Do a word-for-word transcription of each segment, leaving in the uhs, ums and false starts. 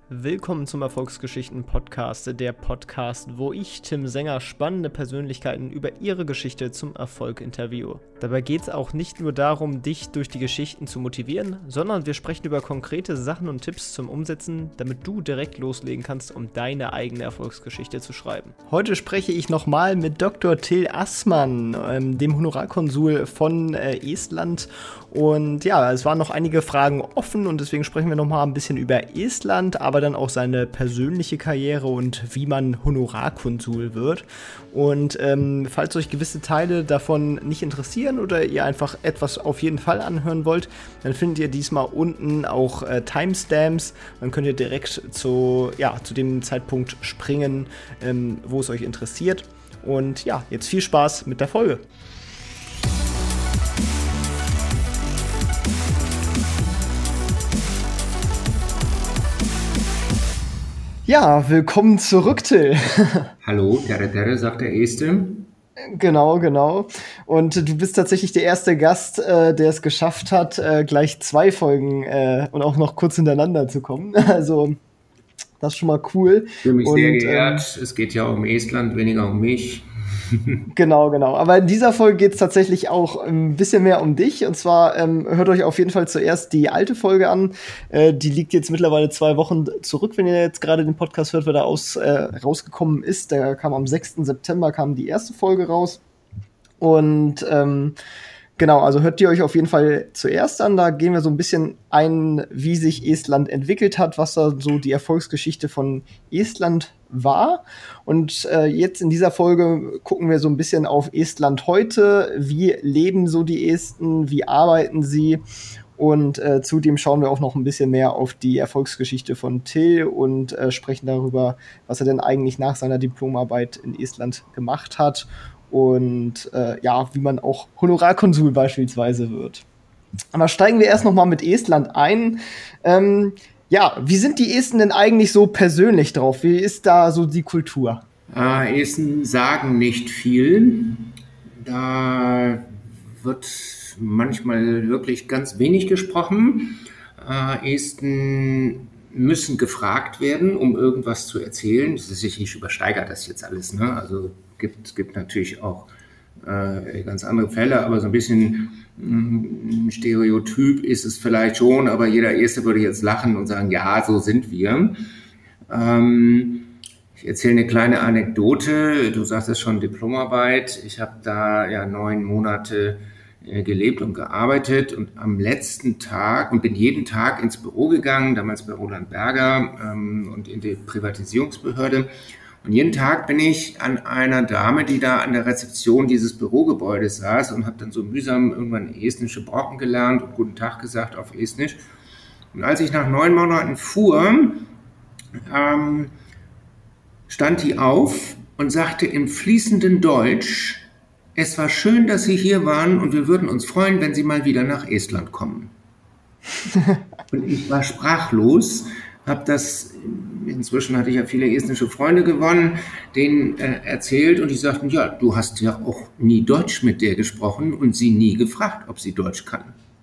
Willkommen zum Erfolgsgeschichten-Podcast, der Podcast, wo ich, Tim Sänger, spannende Persönlichkeiten über ihre Geschichte zum Erfolg interviewe. Dabei geht es auch nicht nur darum, dich durch die Geschichten zu motivieren, sondern wir sprechen über konkrete Sachen und Tipps zum Umsetzen, damit du direkt loslegen kannst, um deine eigene Erfolgsgeschichte zu schreiben. Heute spreche ich nochmal mit Doktor Till Assmann, ähm, dem Honorarkonsul von äh, Estland. Und ja, es waren noch einige Fragen offen und deswegen sprechen wir nochmal ein bisschen über Estland, aber dann auch seine persönliche Karriere und wie man Honorarkonsul wird. Und ähm, falls euch gewisse Teile davon nicht interessieren oder ihr einfach etwas auf jeden Fall anhören wollt, dann findet ihr diesmal unten auch äh, Timestamps. Dann könnt ihr direkt zu, ja, zu dem Zeitpunkt springen, ähm, wo es euch interessiert. Und ja, jetzt viel Spaß mit der Folge. Ja, willkommen zurück, Till. Hallo, Tere Tere, sagt der Erste. Genau, genau. Und du bist tatsächlich der erste Gast, äh, der es geschafft hat, äh, gleich zwei Folgen äh, und auch noch kurz hintereinander zu kommen. Also, das ist schon mal cool. Ich fühle mich und, sehr geehrt. Ähm, es geht ja um Estland, weniger um mich. Genau, genau. Aber in dieser Folge geht es tatsächlich auch ein bisschen mehr um dich. Und zwar ähm, hört euch auf jeden Fall zuerst die alte Folge an. Äh, die liegt jetzt mittlerweile zwei Wochen zurück, wenn ihr jetzt gerade den Podcast hört, wer da aus, äh, rausgekommen ist. Der kam am sechsten September, kam die erste Folge raus. Und ähm, genau, also hört ihr euch auf jeden Fall zuerst an. Da gehen wir so ein bisschen ein, wie sich Estland entwickelt hat, was da so die Erfolgsgeschichte von Estland war. Und äh, jetzt in dieser Folge gucken wir so ein bisschen auf Estland heute. Wie leben so die Esten? Wie arbeiten sie? Und äh, zudem schauen wir auch noch ein bisschen mehr auf die Erfolgsgeschichte von Till und äh, sprechen darüber, was er denn eigentlich nach seiner Diplomarbeit in Estland gemacht hat. Und äh, ja, wie man auch Honorarkonsul beispielsweise wird. Aber steigen wir erst noch mal mit Estland ein. Ähm, ja, wie sind die Esten denn eigentlich so persönlich drauf? Wie ist da so die Kultur? Äh, Esten sagen nicht viel. Da wird manchmal wirklich ganz wenig gesprochen. Äh, Esten müssen gefragt werden, um irgendwas zu erzählen. Das ist, ich übersteigere das jetzt alles, ne? Also gibt gibt natürlich auch äh, ganz andere Fälle, aber so ein bisschen ein Stereotyp ist es vielleicht schon, aber jeder Erste würde jetzt lachen und sagen, ja, so sind wir. Ähm, ich erzähle eine kleine Anekdote. Du sagst es schon, Diplomarbeit. Ich habe da ja neun Monate äh, gelebt und gearbeitet und am letzten Tag und bin jeden Tag ins Büro gegangen, damals bei Roland Berger ähm, und in die Privatisierungsbehörde. Und jeden Tag bin ich an einer Dame, die da an der Rezeption dieses Bürogebäudes saß und habe dann so mühsam irgendwann estnische Brocken gelernt und guten Tag gesagt auf Estnisch. Und als ich nach neun Monaten fuhr, ähm, stand die auf und sagte im fließenden Deutsch, es war schön, dass Sie hier waren und wir würden uns freuen, wenn Sie mal wieder nach Estland kommen. Und ich war sprachlos, habe das, inzwischen hatte ich ja viele estnische Freunde gewonnen, denen äh, erzählt und die sagten, ja, du hast ja auch nie Deutsch mit der gesprochen und sie nie gefragt, ob sie Deutsch kann.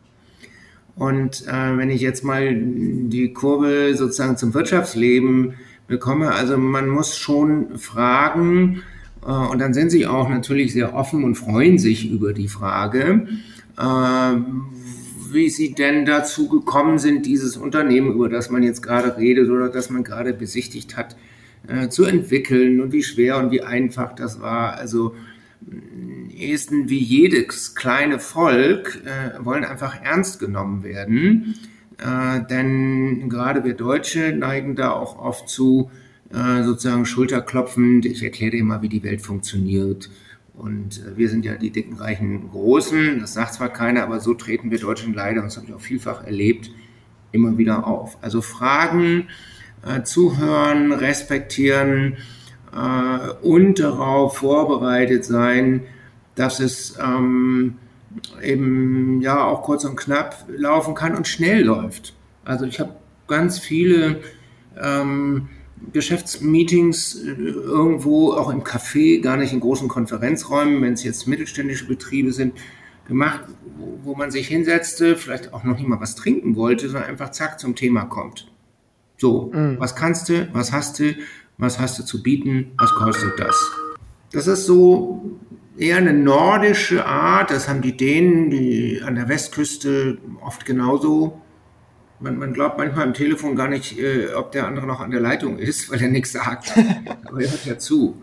Und äh, wenn ich jetzt mal die Kurve sozusagen zum Wirtschaftsleben bekomme, also man muss schon fragen äh, und dann sind sie auch natürlich sehr offen und freuen sich über die Frage, äh, wie sie denn dazu gekommen sind, dieses Unternehmen, über das man jetzt gerade redet oder das man gerade besichtigt hat, äh, zu entwickeln und wie schwer und wie einfach das war. Also Esten wie jedes kleine Volk äh, wollen einfach ernst genommen werden, äh, denn gerade wir Deutsche neigen da auch oft zu äh, sozusagen schulterklopfend. Ich erkläre dir mal, wie die Welt funktioniert. Und wir sind ja die dicken, reichen Großen, das sagt zwar keiner, aber so treten wir Deutschen leider, und das habe ich auch vielfach erlebt, immer wieder auf. Also fragen, äh, zuhören, respektieren äh, und darauf vorbereitet sein, dass es ähm, eben ja auch kurz und knapp laufen kann und schnell läuft. Also ich habe ganz viele ähm, Geschäftsmeetings irgendwo, auch im Café, gar nicht in großen Konferenzräumen, wenn es jetzt mittelständische Betriebe sind, gemacht, wo, wo man sich hinsetzte, vielleicht auch noch nicht mal was trinken wollte, sondern einfach zack zum Thema kommt. So, Mhm. was kannst du, was hast du, was hast du zu bieten, was kostet das? Das ist so eher eine nordische Art, das haben die Dänen, die an der Westküste oft genauso. Man, man glaubt manchmal am Telefon gar nicht, äh, ob der andere noch an der Leitung ist, weil er nichts sagt. Aber er hört ja zu.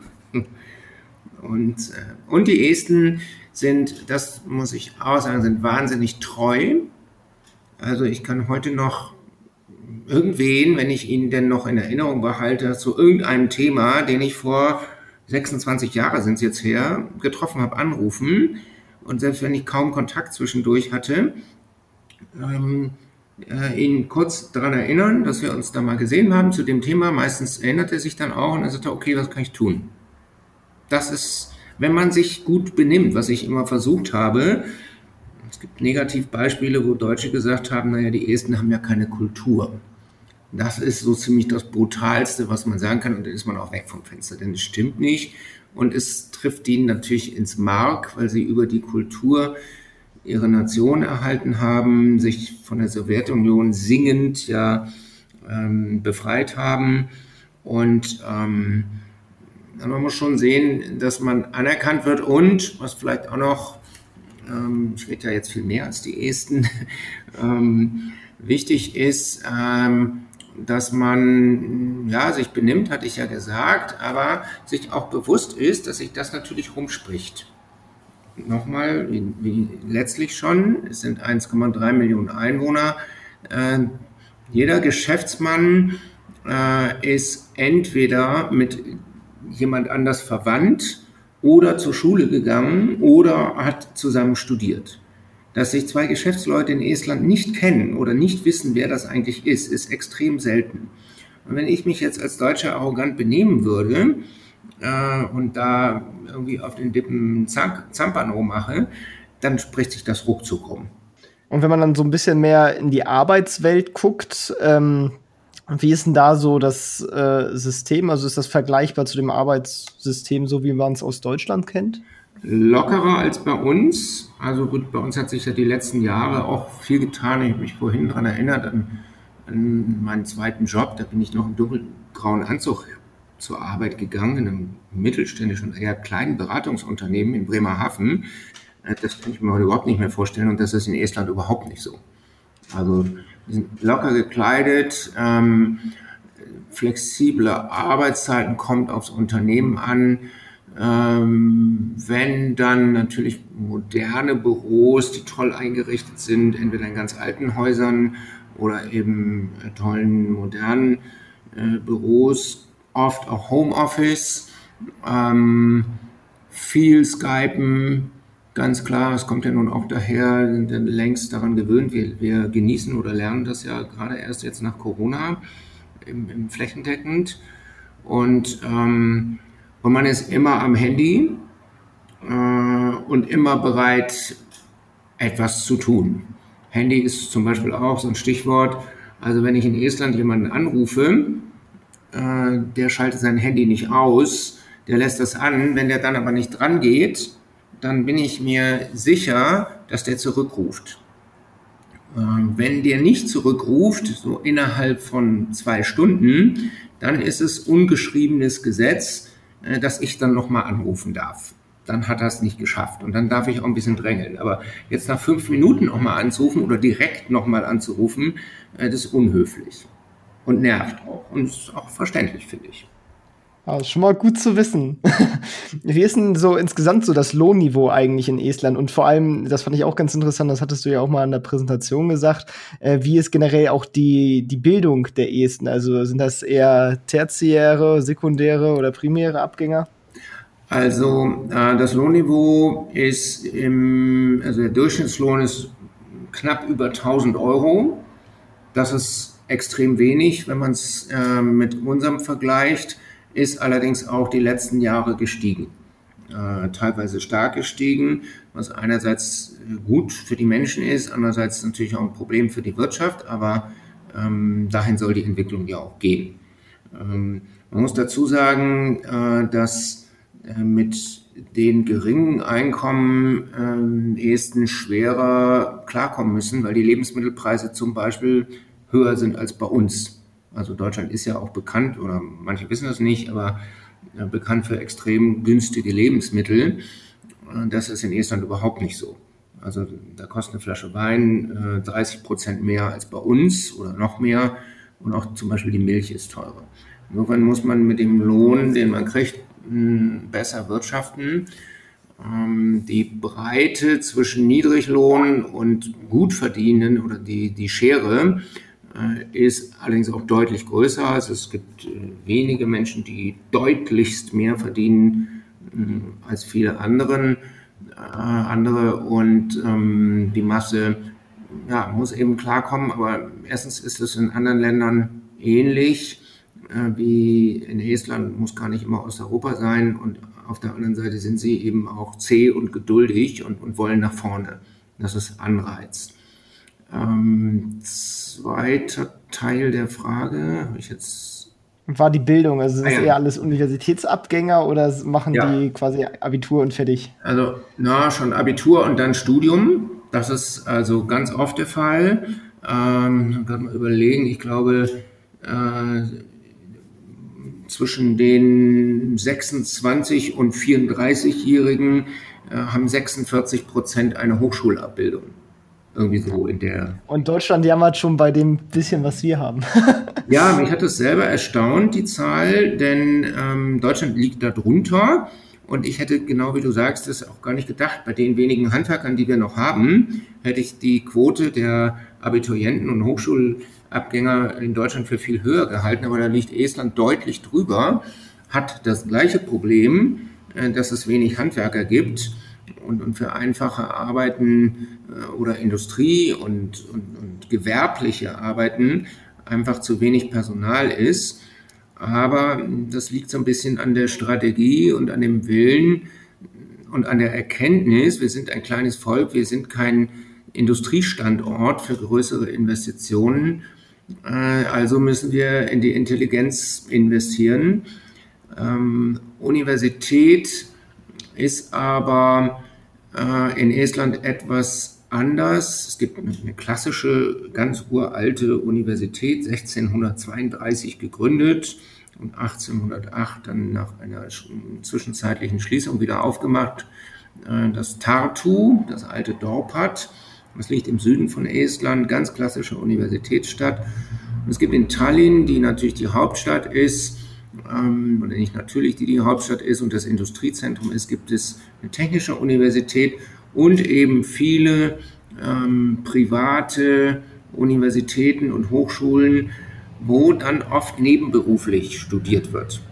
Und, äh, und die Esten sind, das muss ich auch sagen, sind wahnsinnig treu. Also ich kann heute noch irgendwen, wenn ich ihn denn noch in Erinnerung behalte, zu irgendeinem Thema, den ich vor sechsundzwanzig Jahre sind es jetzt her, getroffen habe, anrufen. Und selbst wenn ich kaum Kontakt zwischendurch hatte, ähm, äh, ihn kurz daran erinnern, dass wir uns da mal gesehen haben zu dem Thema. Meistens erinnert er sich dann auch und dann sagt er, okay, was kann ich tun? Das ist, wenn man sich gut benimmt, was ich immer versucht habe. Es gibt Negativbeispiele, wo Deutsche gesagt haben, naja, die Esten haben ja keine Kultur. Das ist so ziemlich das Brutalste, was man sagen kann, und dann ist man auch weg vom Fenster, denn es stimmt nicht und es trifft ihnen natürlich ins Mark, weil sie über die Kultur ihre Nation erhalten haben, sich von der Sowjetunion singend ja ähm, befreit haben und ähm, man muss schon sehen, dass man anerkannt wird und, was vielleicht auch noch, ähm, ich rede ja jetzt viel mehr als die Esten, ähm, wichtig ist, ähm, dass man ja, sich benimmt, hatte ich ja gesagt, aber sich auch bewusst ist, dass sich das natürlich rumspricht. Nochmal, wie, wie letztlich schon, es sind eins Komma drei Millionen Einwohner. Äh, jeder Geschäftsmann äh, ist entweder mit jemand anders verwandt oder zur Schule gegangen oder hat zusammen studiert. Dass sich zwei Geschäftsleute in Estland nicht kennen oder nicht wissen, wer das eigentlich ist, ist extrem selten. Und wenn ich mich jetzt als Deutscher arrogant benehmen würde äh, und da irgendwie auf den Lippen Zampano mache, dann spricht sich das ruckzuck rum. Und wenn man dann so ein bisschen mehr in die Arbeitswelt guckt, ähm, wie ist denn da so das äh, System? Also ist das vergleichbar zu dem Arbeitssystem, so wie man es aus Deutschland kennt? Lockerer als bei uns. Also gut, bei uns hat sich ja die letzten Jahre auch viel getan. Ich habe mich vorhin daran erinnert, an, an meinen zweiten Job. Da bin ich noch im dunkelgrauen Anzug zur Arbeit gegangen, in einem mittelständischen, eher kleinen Beratungsunternehmen in Bremerhaven. Das kann ich mir heute überhaupt nicht mehr vorstellen und das ist in Estland überhaupt nicht so. Also wir sind locker gekleidet, ähm, flexible Arbeitszeiten, kommt aufs Unternehmen an. Ähm, wenn dann natürlich moderne Büros, die toll eingerichtet sind, entweder in ganz alten Häusern oder eben äh, tollen modernen äh, Büros, oft auch Homeoffice, ähm, viel Skypen, ganz klar, es kommt ja nun auch daher, sind dann längst daran gewöhnt, wir, wir genießen oder lernen das ja gerade erst jetzt nach Corona im, im flächendeckend und ähm, Und man ist immer am Handy äh, und immer bereit, etwas zu tun. Handy ist zum Beispiel auch so ein Stichwort. Also wenn ich in Estland jemanden anrufe, äh, der schaltet sein Handy nicht aus, der lässt das an. Wenn der dann aber nicht dran geht, dann bin ich mir sicher, dass der zurückruft. Äh, wenn der nicht zurückruft, so innerhalb von zwei Stunden, dann ist es ungeschriebenes Gesetz, dass ich dann nochmal anrufen darf. Dann hat er es nicht geschafft und dann darf ich auch ein bisschen drängeln. Aber jetzt nach fünf Minuten nochmal anzurufen oder direkt nochmal anzurufen, das ist unhöflich und nervt auch und ist auch verständlich, finde ich. Ah, ist schon mal gut zu wissen. Wie ist denn so insgesamt so das Lohnniveau eigentlich in Estland? Und vor allem, das fand ich auch ganz interessant, das hattest du ja auch mal in der Präsentation gesagt, äh, wie ist generell auch die, die Bildung der Esten? Also sind das eher tertiäre, sekundäre oder primäre Abgänger? Also äh, das Lohnniveau ist im, also der Durchschnittslohn ist knapp über tausend Euro. Das ist extrem wenig, wenn man es äh, mit unserem vergleicht. Ist allerdings auch die letzten Jahre gestiegen, äh, teilweise stark gestiegen, was einerseits gut für die Menschen ist, andererseits natürlich auch ein Problem für die Wirtschaft, aber ähm, dahin soll die Entwicklung ja auch gehen. Ähm, man muss dazu sagen, äh, dass äh, mit den geringen Einkommen äh, Esten schwerer klarkommen müssen, weil die Lebensmittelpreise zum Beispiel höher sind als bei uns. Also Deutschland ist ja auch bekannt, oder manche wissen das nicht, aber äh, bekannt für extrem günstige Lebensmittel. Das ist in Estland überhaupt nicht so. Also da kostet eine Flasche Wein äh, dreißig Prozent mehr als bei uns oder noch mehr. Und auch zum Beispiel die Milch ist teurer. Insofern muss man mit dem Lohn, den man kriegt, mh, besser wirtschaften. Ähm, die Breite zwischen Niedriglohn und Gutverdienenden oder die, die Schere äh, ist allerdings auch deutlich größer. Also es gibt äh, wenige Menschen, die deutlichst mehr verdienen äh, als viele anderen, äh, andere. Und ähm, die Masse ja, muss eben klarkommen. Aber erstens ist es in anderen Ländern ähnlich. Wie in Estland, muss gar nicht immer Osteuropa sein, und auf der anderen Seite sind sie eben auch zäh und geduldig und, und wollen nach vorne. Das ist Anreiz. Ähm, zweiter Teil der Frage, habe ich jetzt... War die Bildung, also sind ah, das ja. eher alles Universitätsabgänger oder machen ja. die quasi Abitur und fertig? Also, na, schon Abitur und dann Studium. Das ist also ganz oft der Fall. Ähm, kann man überlegen, ich glaube, äh, zwischen den sechsundzwanzig- und vierunddreißigjährigen äh, haben sechsundvierzig Prozent eine Hochschulabbildung. Irgendwie so in der... Und Deutschland jammert schon bei dem bisschen, was wir haben. Ja, mich hat es selber erstaunt, die Zahl, denn ähm, Deutschland liegt da drunter. Und ich hätte, genau wie du sagst, das auch gar nicht gedacht. Bei den wenigen Handwerkern, die wir noch haben, hätte ich die Quote der Abiturienten und Hochschulabgänger in Deutschland für viel höher gehalten. Aber da liegt Estland deutlich drüber, hat das gleiche Problem, dass es wenig Handwerker gibt und, und für einfache Arbeiten oder Industrie und, und, und gewerbliche Arbeiten einfach zu wenig Personal ist. Aber das liegt so ein bisschen an der Strategie und an dem Willen und an der Erkenntnis. Wir sind ein kleines Volk, wir sind kein Industriestandort für größere Investitionen. Also müssen wir in die Intelligenz investieren. Ähm, Universität ist aber äh, in Estland etwas anders. Es gibt eine klassische, ganz uralte Universität, sechzehnhundertzweiunddreißig gegründet und achtzehnhundertacht dann nach einer zwischenzeitlichen Schließung wieder aufgemacht. Das Tartu, das alte Dorpat, das liegt im Süden von Estland, ganz klassische Universitätsstadt. Und es gibt in Tallinn, die natürlich die Hauptstadt ist, ähm, oder nicht natürlich, die die Hauptstadt ist und das Industriezentrum ist, gibt es eine technische Universität und eben viele ähm, private Universitäten und Hochschulen, wo dann oft nebenberuflich studiert wird.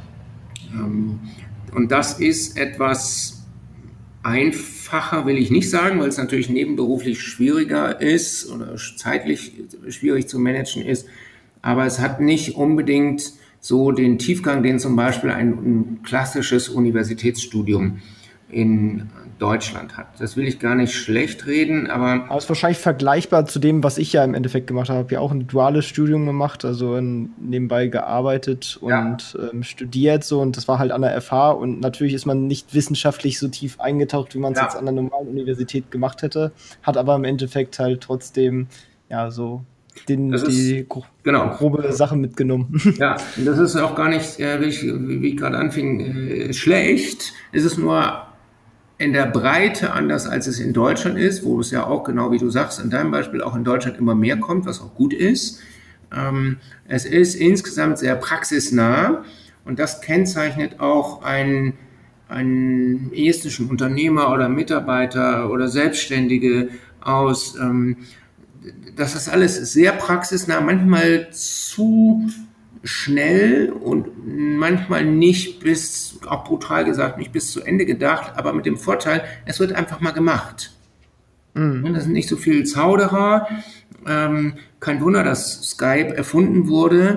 Ähm, und das ist etwas einfacher, will ich nicht sagen, weil es natürlich nebenberuflich schwieriger ist oder zeitlich schwierig zu managen ist. Aber es hat nicht unbedingt so den Tiefgang, den zum Beispiel ein, ein klassisches Universitätsstudium in Deutschland hat. Das will ich gar nicht schlecht reden, aber... Aber es ist wahrscheinlich vergleichbar zu dem, was ich ja im Endeffekt gemacht habe. Ich habe ja auch ein duales Studium gemacht, also in, nebenbei gearbeitet und ja. ähm, studiert so, und das war halt an der F H, und natürlich ist man nicht wissenschaftlich so tief eingetaucht, wie man es ja. jetzt an der normalen Universität gemacht hätte, hat aber im Endeffekt halt trotzdem ja so den, das die ist, gro- genau. grobe Sache mitgenommen. Ja, und das ist auch gar nicht, äh, wie ich, wie ich gerade anfing, äh, schlecht. Es ist nur in der Breite anders, als es in Deutschland ist, wo es ja auch, genau wie du sagst, in deinem Beispiel auch in Deutschland immer mehr kommt, was auch gut ist. Ähm, es ist insgesamt sehr praxisnah, und das kennzeichnet auch einen, einen estnischen Unternehmer oder Mitarbeiter oder Selbstständige aus. Ähm, das ist alles sehr praxisnah, manchmal zu schnell und manchmal nicht bis, auch brutal gesagt, nicht bis zu Ende gedacht, aber mit dem Vorteil, es wird einfach mal gemacht. Mhm. Das sind nicht so viele Zauderer. Ähm, kein Wunder, dass Skype erfunden wurde.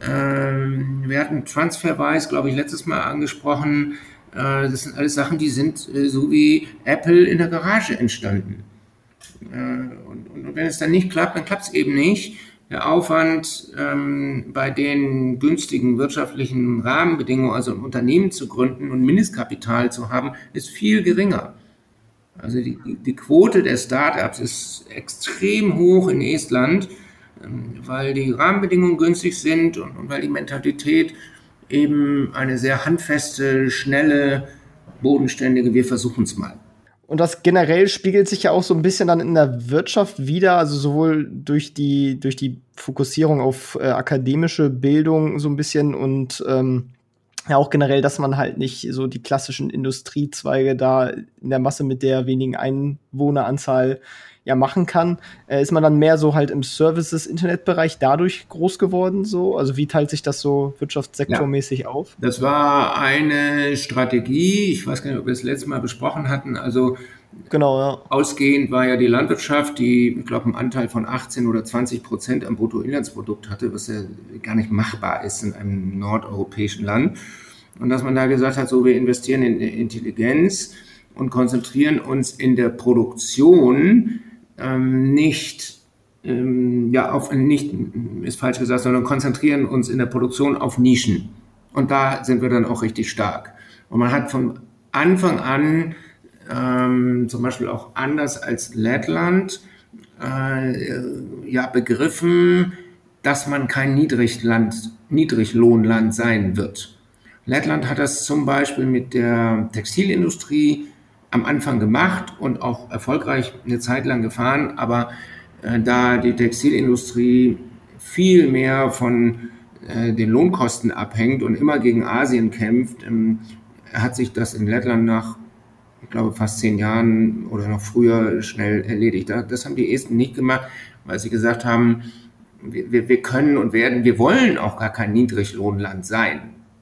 Ähm, wir hatten TransferWise, glaube ich, letztes Mal angesprochen. Äh, das sind alles Sachen, die sind äh, so wie Apple in der Garage entstanden. Äh, und, und wenn es dann nicht klappt, dann klappt es eben nicht. Der Aufwand ähm, bei den günstigen wirtschaftlichen Rahmenbedingungen, also ein Unternehmen zu gründen und Mindestkapital zu haben, ist viel geringer. Also die, die Quote der Startups ist extrem hoch in Estland. weil die Rahmenbedingungen günstig sind und, und weil die Mentalität eben eine sehr handfeste, schnelle, bodenständige, wir versuchen es mal. Und das generell spiegelt sich ja auch so ein bisschen dann in der Wirtschaft wider, also sowohl durch die, durch die Fokussierung auf äh, akademische Bildung so ein bisschen und ähm, ja auch generell, dass man halt nicht so die klassischen Industriezweige da in der Masse mit der wenigen Einwohneranzahl ja machen kann. Äh, ist man dann mehr so halt im Services-Internetbereich dadurch groß geworden so? Also wie teilt sich das so wirtschaftssektormäßig ja. auf? Das war eine Strategie, ich weiß gar nicht, ob wir das letzte Mal besprochen hatten, also genau, ja. Ausgehend war ja die Landwirtschaft, die, ich glaube, einen Anteil von achtzehn oder zwanzig Prozent am Bruttoinlandsprodukt hatte, was ja gar nicht machbar ist in einem nordeuropäischen Land. Und dass man da gesagt hat, so wir investieren in Intelligenz und konzentrieren uns in der Produktion ähm, nicht, ähm, ja, auf, nicht, ist falsch gesagt, sondern konzentrieren uns in der Produktion auf Nischen. Und da sind wir dann auch richtig stark. Und man hat von Anfang an Ähm, zum Beispiel auch anders als Lettland, äh, ja, begriffen, dass man kein Niedrigland, Niedriglohnland sein wird. Lettland hat das zum Beispiel mit der Textilindustrie am Anfang gemacht und auch erfolgreich eine Zeit lang gefahren, aber äh, da die Textilindustrie viel mehr von äh, den Lohnkosten abhängt und immer gegen Asien kämpft, ähm, hat sich das in Lettland nach ich glaube, fast zehn Jahren oder noch früher schnell erledigt. Das haben die Esten nicht gemacht, weil sie gesagt haben, wir, wir können und werden, wir wollen auch gar kein Niedriglohnland sein.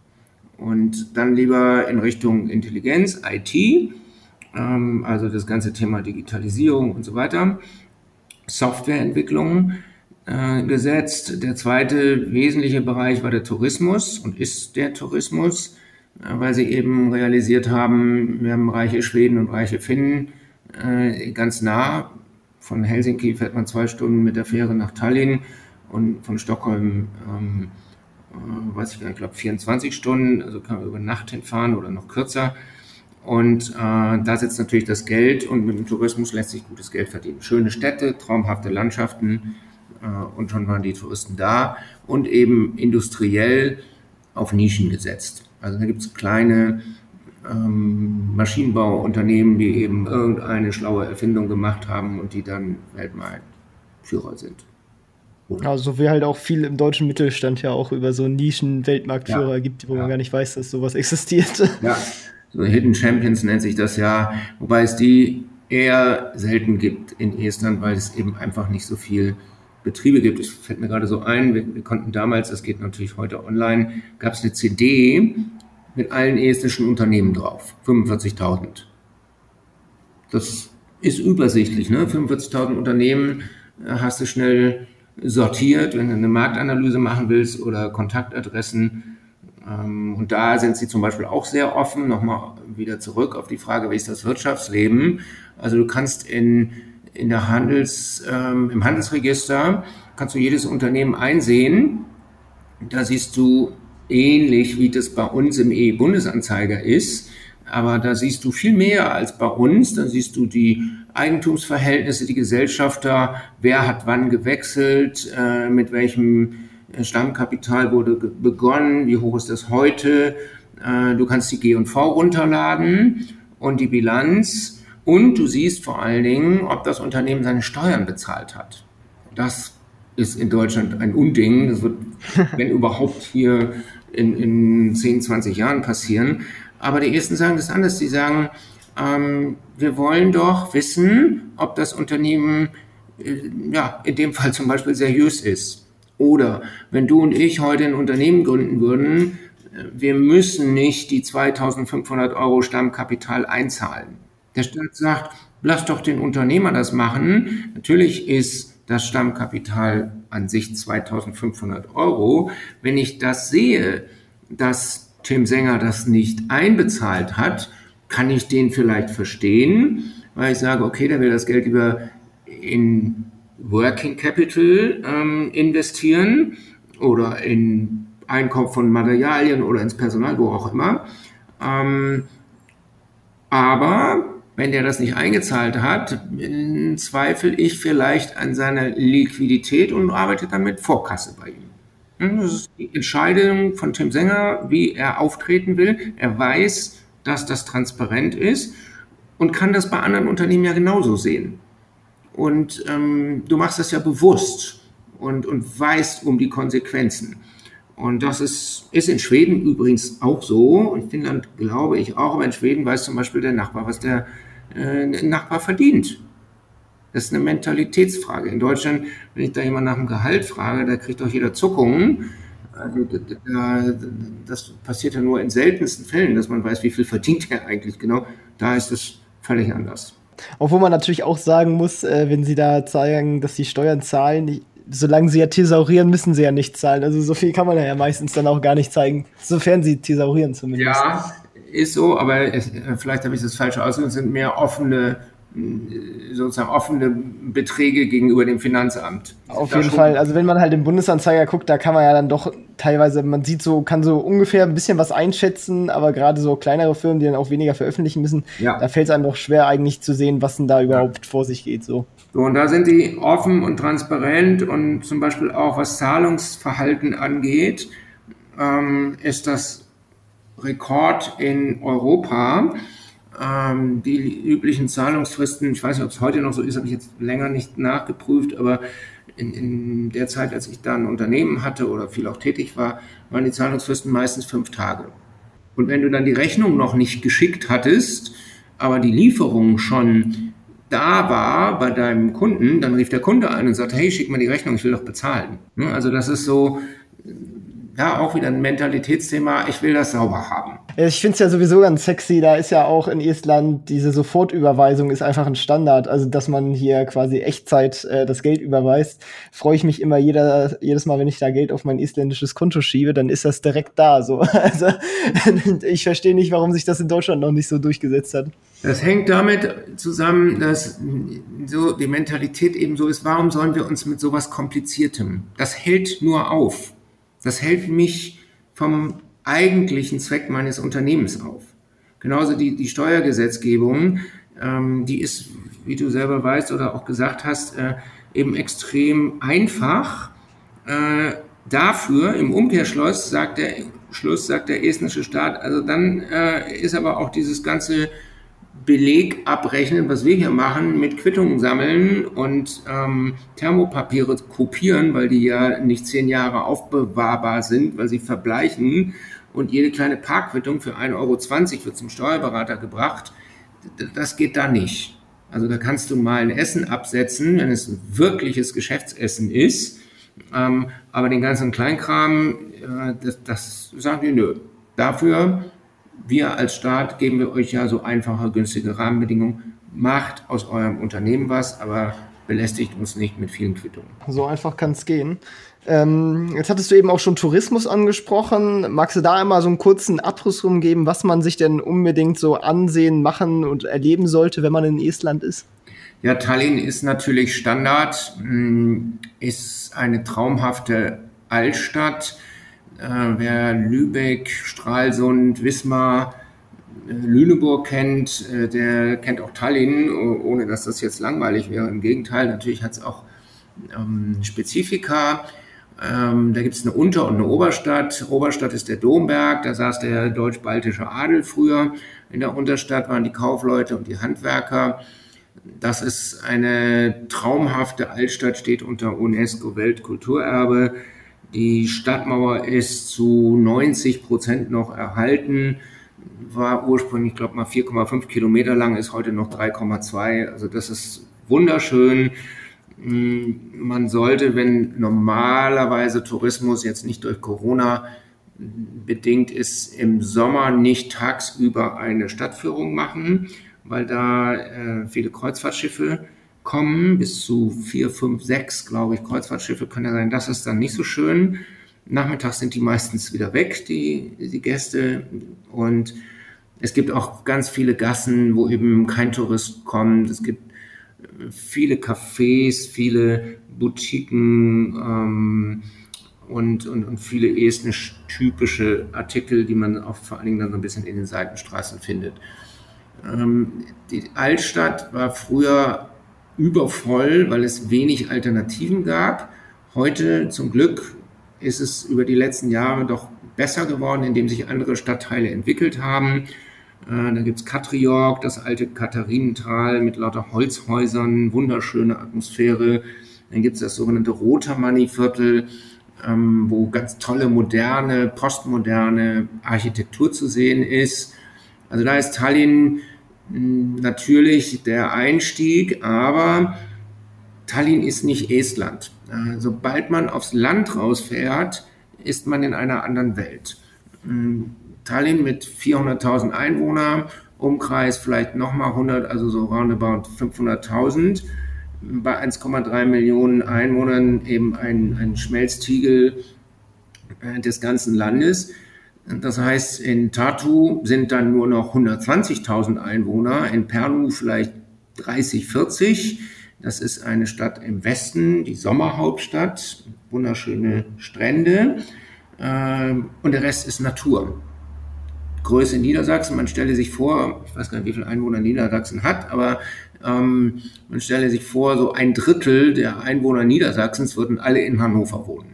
Und dann lieber in Richtung Intelligenz, I T, ähm, also das ganze Thema Digitalisierung und so weiter, Softwareentwicklung äh, gesetzt. Der zweite wesentliche Bereich war der Tourismus und ist der Tourismus, weil sie eben realisiert haben, wir haben reiche Schweden und reiche Finnen äh, ganz nah. Von Helsinki fährt man zwei Stunden mit der Fähre nach Tallinn und von Stockholm, ähm, äh, weiß ich gar nicht, ich glaube vierundzwanzig Stunden, also kann man über Nacht hinfahren oder noch kürzer. Und äh, da sitzt natürlich das Geld und mit dem Tourismus lässt sich gutes Geld verdienen. Schöne Städte, traumhafte Landschaften äh, und schon waren die Touristen da und eben industriell auf Nischen gesetzt. Also da gibt es kleine ähm, Maschinenbauunternehmen, die eben irgendeine schlaue Erfindung gemacht haben und die dann weltweit Führer sind. Oder? Also wie halt auch viel im deutschen Mittelstand ja auch über so Nischen-Weltmarktführer ja, gibt, wo ja. man gar nicht weiß, dass sowas existiert. Ja, so Hidden Champions nennt sich das ja, wobei es die eher selten gibt in Estland, weil es eben einfach nicht so viel Betriebe gibt. Es fällt mir gerade so ein, wir, wir konnten damals, das geht natürlich heute online, gab es eine C D mit allen estnischen Unternehmen drauf, fünfundvierzigtausend. Das ist übersichtlich, ne? fünfundvierzigtausend Unternehmen hast du schnell sortiert, wenn du eine Marktanalyse machen willst oder Kontaktadressen. Und da sind sie zum Beispiel auch sehr offen. Nochmal wieder zurück auf die Frage, wie ist das Wirtschaftsleben? Also du kannst in In der Handels, ähm, im Handelsregister kannst du jedes Unternehmen einsehen. Da siehst du ähnlich, wie das bei uns im E-Bundesanzeiger ist. Aber da siehst du viel mehr als bei uns. Da siehst du die Eigentumsverhältnisse, die Gesellschafter, wer hat wann gewechselt, äh, mit welchem Stammkapital wurde ge- begonnen, wie hoch ist das heute. Äh, du kannst die G und V runterladen und die Bilanz. Und du siehst vor allen Dingen, ob das Unternehmen seine Steuern bezahlt hat. Das ist in Deutschland ein Unding. Das wird, wenn überhaupt, hier in, in zehn, zwanzig Jahren passieren. Aber die Ersten sagen das anders. Die sagen, ähm, wir wollen doch wissen, ob das Unternehmen, äh, ja, in dem Fall zum Beispiel seriös ist. Oder wenn du und ich heute ein Unternehmen gründen würden, wir müssen nicht die zweitausendfünfhundert Euro Stammkapital einzahlen. Der Staat sagt, lass doch den Unternehmer das machen. Natürlich ist das Stammkapital an sich zweitausendfünfhundert Euro. Wenn ich das sehe, dass Tim Sänger das nicht einbezahlt hat, kann ich den vielleicht verstehen, weil ich sage, okay, der will das Geld lieber in Working Capital ähm, investieren oder in Einkauf von Materialien oder ins Personal, wo auch immer. Ähm, aber Wenn der das nicht eingezahlt hat, zweifle ich vielleicht an seiner Liquidität und arbeite dann mit Vorkasse bei ihm. Das ist die Entscheidung von Tim Sänger, wie er auftreten will. Er weiß, dass das transparent ist und kann das bei anderen Unternehmen ja genauso sehen. Und ähm, du machst das ja bewusst und, und weißt um die Konsequenzen. Und das ist, ist in Schweden übrigens auch so. Und in Finnland glaube ich auch. Aber in Schweden weiß zum Beispiel der Nachbar, was der äh, Nachbar verdient. Das ist eine Mentalitätsfrage. In Deutschland, wenn ich da jemand nach dem Gehalt frage, da kriegt doch jeder Zuckungen. Also, das passiert ja nur in seltensten Fällen, dass man weiß, wie viel verdient er eigentlich genau. Da ist es völlig anders. Obwohl man natürlich auch sagen muss, äh, wenn sie da zeigen, dass sie Steuern zahlen, die, solange sie ja thesaurieren, müssen sie ja nicht zahlen. Also so viel kann man ja meistens dann auch gar nicht zeigen, sofern sie thesaurieren zumindest. Ja, ist so, aber es, vielleicht habe ich das falsch ausgedrückt, es sind mehr offene, sozusagen offene Beträge gegenüber dem Finanzamt. Auf jeden Fall. Also wenn man halt im Bundesanzeiger guckt, da kann man ja dann doch teilweise, man sieht so, kann so ungefähr ein bisschen was einschätzen, aber gerade so kleinere Firmen, die dann auch weniger veröffentlichen müssen, ja. Da fällt es einem doch schwer eigentlich zu sehen, was denn da überhaupt ja. vor sich geht. So. So, und da sind die offen und transparent und zum Beispiel auch was Zahlungsverhalten angeht, ähm, ist das Rekord in Europa. Ähm, die üblichen Zahlungsfristen, ich weiß nicht, ob es heute noch so ist, habe ich jetzt länger nicht nachgeprüft, aber in, in der Zeit, als ich da ein Unternehmen hatte oder viel auch tätig war, waren die Zahlungsfristen meistens fünf Tage. Und wenn du dann die Rechnung noch nicht geschickt hattest, aber die Lieferung schon da war bei deinem Kunden, dann rief der Kunde ein und sagte, hey, schick mal die Rechnung, ich will doch bezahlen. Also das ist so, ja, auch wieder ein Mentalitätsthema, ich will das sauber haben. Ich finde es ja sowieso ganz sexy, da ist ja auch in Estland diese Sofortüberweisung ist einfach ein Standard, also dass man hier quasi Echtzeit äh, das Geld überweist. Freue ich mich immer jeder, jedes Mal, wenn ich da Geld auf mein isländisches Konto schiebe, dann ist das direkt da. So. Also ich verstehe nicht, warum sich das in Deutschland noch nicht so durchgesetzt hat. Das hängt damit zusammen, dass so die Mentalität eben so ist, warum sollen wir uns mit sowas Kompliziertem? Das hält nur auf. Das hält mich vom eigentlichen Zweck meines Unternehmens auf. Genauso die, die Steuergesetzgebung, ähm, die ist, wie du selber weißt oder auch gesagt hast, äh, eben extrem einfach. Äh, dafür, im Umkehrschluss, sagt der, Schluss, sagt der estnische Staat, also dann äh, ist aber auch dieses ganze Beleg abrechnen, was wir hier machen, mit Quittungen sammeln und ähm, Thermopapiere kopieren, weil die ja nicht zehn Jahre aufbewahrbar sind, weil sie verbleichen und jede kleine Parkquittung für ein Euro zwanzig wird zum Steuerberater gebracht. Das geht da nicht. Also da kannst du mal ein Essen absetzen, wenn es ein wirkliches Geschäftsessen ist, ähm, aber den ganzen Kleinkram, äh, das, das sagen die, nö. Dafür wir als Staat geben wir euch ja so einfache, günstige Rahmenbedingungen. Macht aus eurem Unternehmen was, aber belästigt uns nicht mit vielen Quittungen. So einfach kann es gehen. Ähm, jetzt hattest du eben auch schon Tourismus angesprochen. Magst du da einmal so einen kurzen Abriss rumgeben, was man sich denn unbedingt so ansehen, machen und erleben sollte, wenn man in Estland ist? Ja, Tallinn ist natürlich Standard, ist eine traumhafte Altstadt. Äh, wer Lübeck, Stralsund, Wismar, äh, Lüneburg kennt, äh, der kennt auch Tallinn, ohne dass das jetzt langweilig wäre. Im Gegenteil, natürlich hat es auch ähm, Spezifika. Ähm, da gibt es eine Unter- und eine Oberstadt. Oberstadt ist der Domberg, da saß der deutsch-baltische Adel früher. In der Unterstadt waren die Kaufleute und die Handwerker. Das ist eine traumhafte Altstadt, steht unter UNESCO-Weltkulturerbe. Die Stadtmauer ist zu neunzig Prozent noch erhalten, war ursprünglich, ich glaube mal vier Komma fünf Kilometer lang, ist heute noch drei Komma zwei. Also das ist wunderschön. Man sollte, wenn normalerweise Tourismus jetzt nicht durch Corona bedingt ist, im Sommer nicht tagsüber eine Stadtführung machen, weil da äh, viele Kreuzfahrtschiffe kommen, bis zu vier, fünf, sechs, glaube ich, Kreuzfahrtschiffe kann ja sein. Das ist dann nicht so schön. Nachmittags sind die meistens wieder weg, die, die Gäste. Und es gibt auch ganz viele Gassen, wo eben kein Tourist kommt. Es gibt viele Cafés, viele Boutiquen ähm, und, und, und viele estnisch typische Artikel, die man auch vor allen Dingen dann so ein bisschen in den Seitenstraßen findet. Ähm, die Altstadt war früher übervoll, weil es wenig Alternativen gab. Heute zum Glück ist es über die letzten Jahre doch besser geworden, indem sich andere Stadtteile entwickelt haben. Äh, da gibt es Katrijork, das alte Katharinental mit lauter Holzhäusern, wunderschöne Atmosphäre. Dann gibt es das sogenannte Rotermanni-Viertel, ähm, wo ganz tolle, moderne, postmoderne Architektur zu sehen ist. Also da ist Tallinn mh, natürlich der Einstieg, aber Tallinn ist nicht Estland. Äh, sobald man aufs Land rausfährt, ist man in einer anderen Welt. Ähm, Tallinn mit vierhunderttausend Einwohnern, Umkreis vielleicht nochmal hundert, also so roundabout fünfhunderttausend. Bei eins Komma drei Millionen Einwohnern eben ein, ein Schmelztiegel äh, des ganzen Landes. Das heißt, in Tartu sind dann nur noch hundertzwanzigtausend Einwohner, in Pärnu vielleicht dreißig, vierzig. Das ist eine Stadt im Westen, die Sommerhauptstadt, wunderschöne Strände, äh, und der Rest ist Natur. Größe Niedersachsen, man stelle sich vor, ich weiß gar nicht, wie viele Einwohner Niedersachsen hat, aber ähm, man stelle sich vor, so ein Drittel der Einwohner Niedersachsens würden alle in Hannover wohnen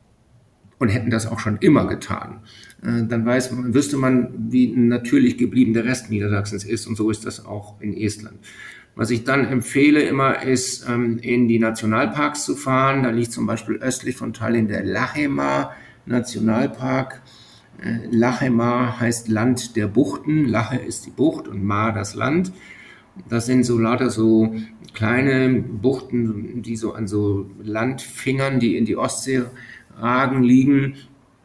und hätten das auch schon immer getan. Äh, dann weiß man, wüsste man, wie natürlich geblieben der Rest Niedersachsens ist, und so ist das auch in Estland. Was ich dann empfehle immer ist, ähm, in die Nationalparks zu fahren. Da liegt zum Beispiel östlich von Tallinn der Lahemaa Nationalpark. Äh, Lahemaa heißt Land der Buchten. Lahe ist die Bucht und Maa das Land. Das sind so lauter so kleine Buchten, die so an so Landfingern, die in die Ostsee ragen, liegen.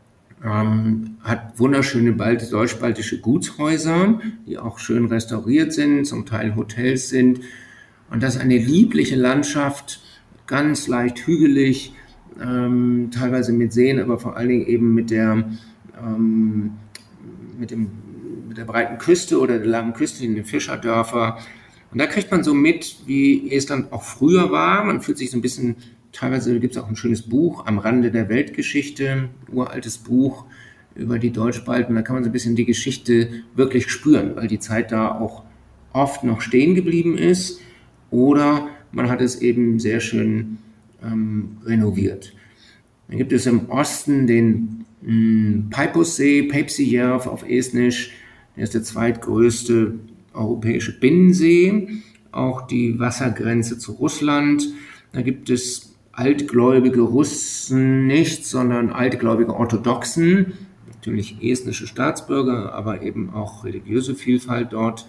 Ähm, hat wunderschöne deutsch-baltische Gutshäuser, die auch schön restauriert sind, zum Teil Hotels sind. Und das ist eine liebliche Landschaft, ganz leicht hügelig, ähm, teilweise mit Seen, aber vor allen Dingen eben mit der, ähm, mit dem, mit der breiten Küste oder der langen Küste in den Fischerdörfer. Und da kriegt man so mit, wie Estland auch früher war. Man fühlt sich so ein bisschen, teilweise gibt es auch ein schönes Buch, Am Rande der Weltgeschichte, uraltes Buch über die Deutschbalten. Da kann man so ein bisschen die Geschichte wirklich spüren, weil die Zeit da auch oft noch stehen geblieben ist oder man hat es eben sehr schön ähm, renoviert. Dann gibt es im Osten den mh, Peipussee, Peipsijärv auf Estnisch. Der ist der zweitgrößte europäische Binnensee, auch die Wassergrenze zu Russland. Da gibt es altgläubige Russen nicht, sondern altgläubige Orthodoxen, natürlich estnische Staatsbürger, aber eben auch religiöse Vielfalt dort,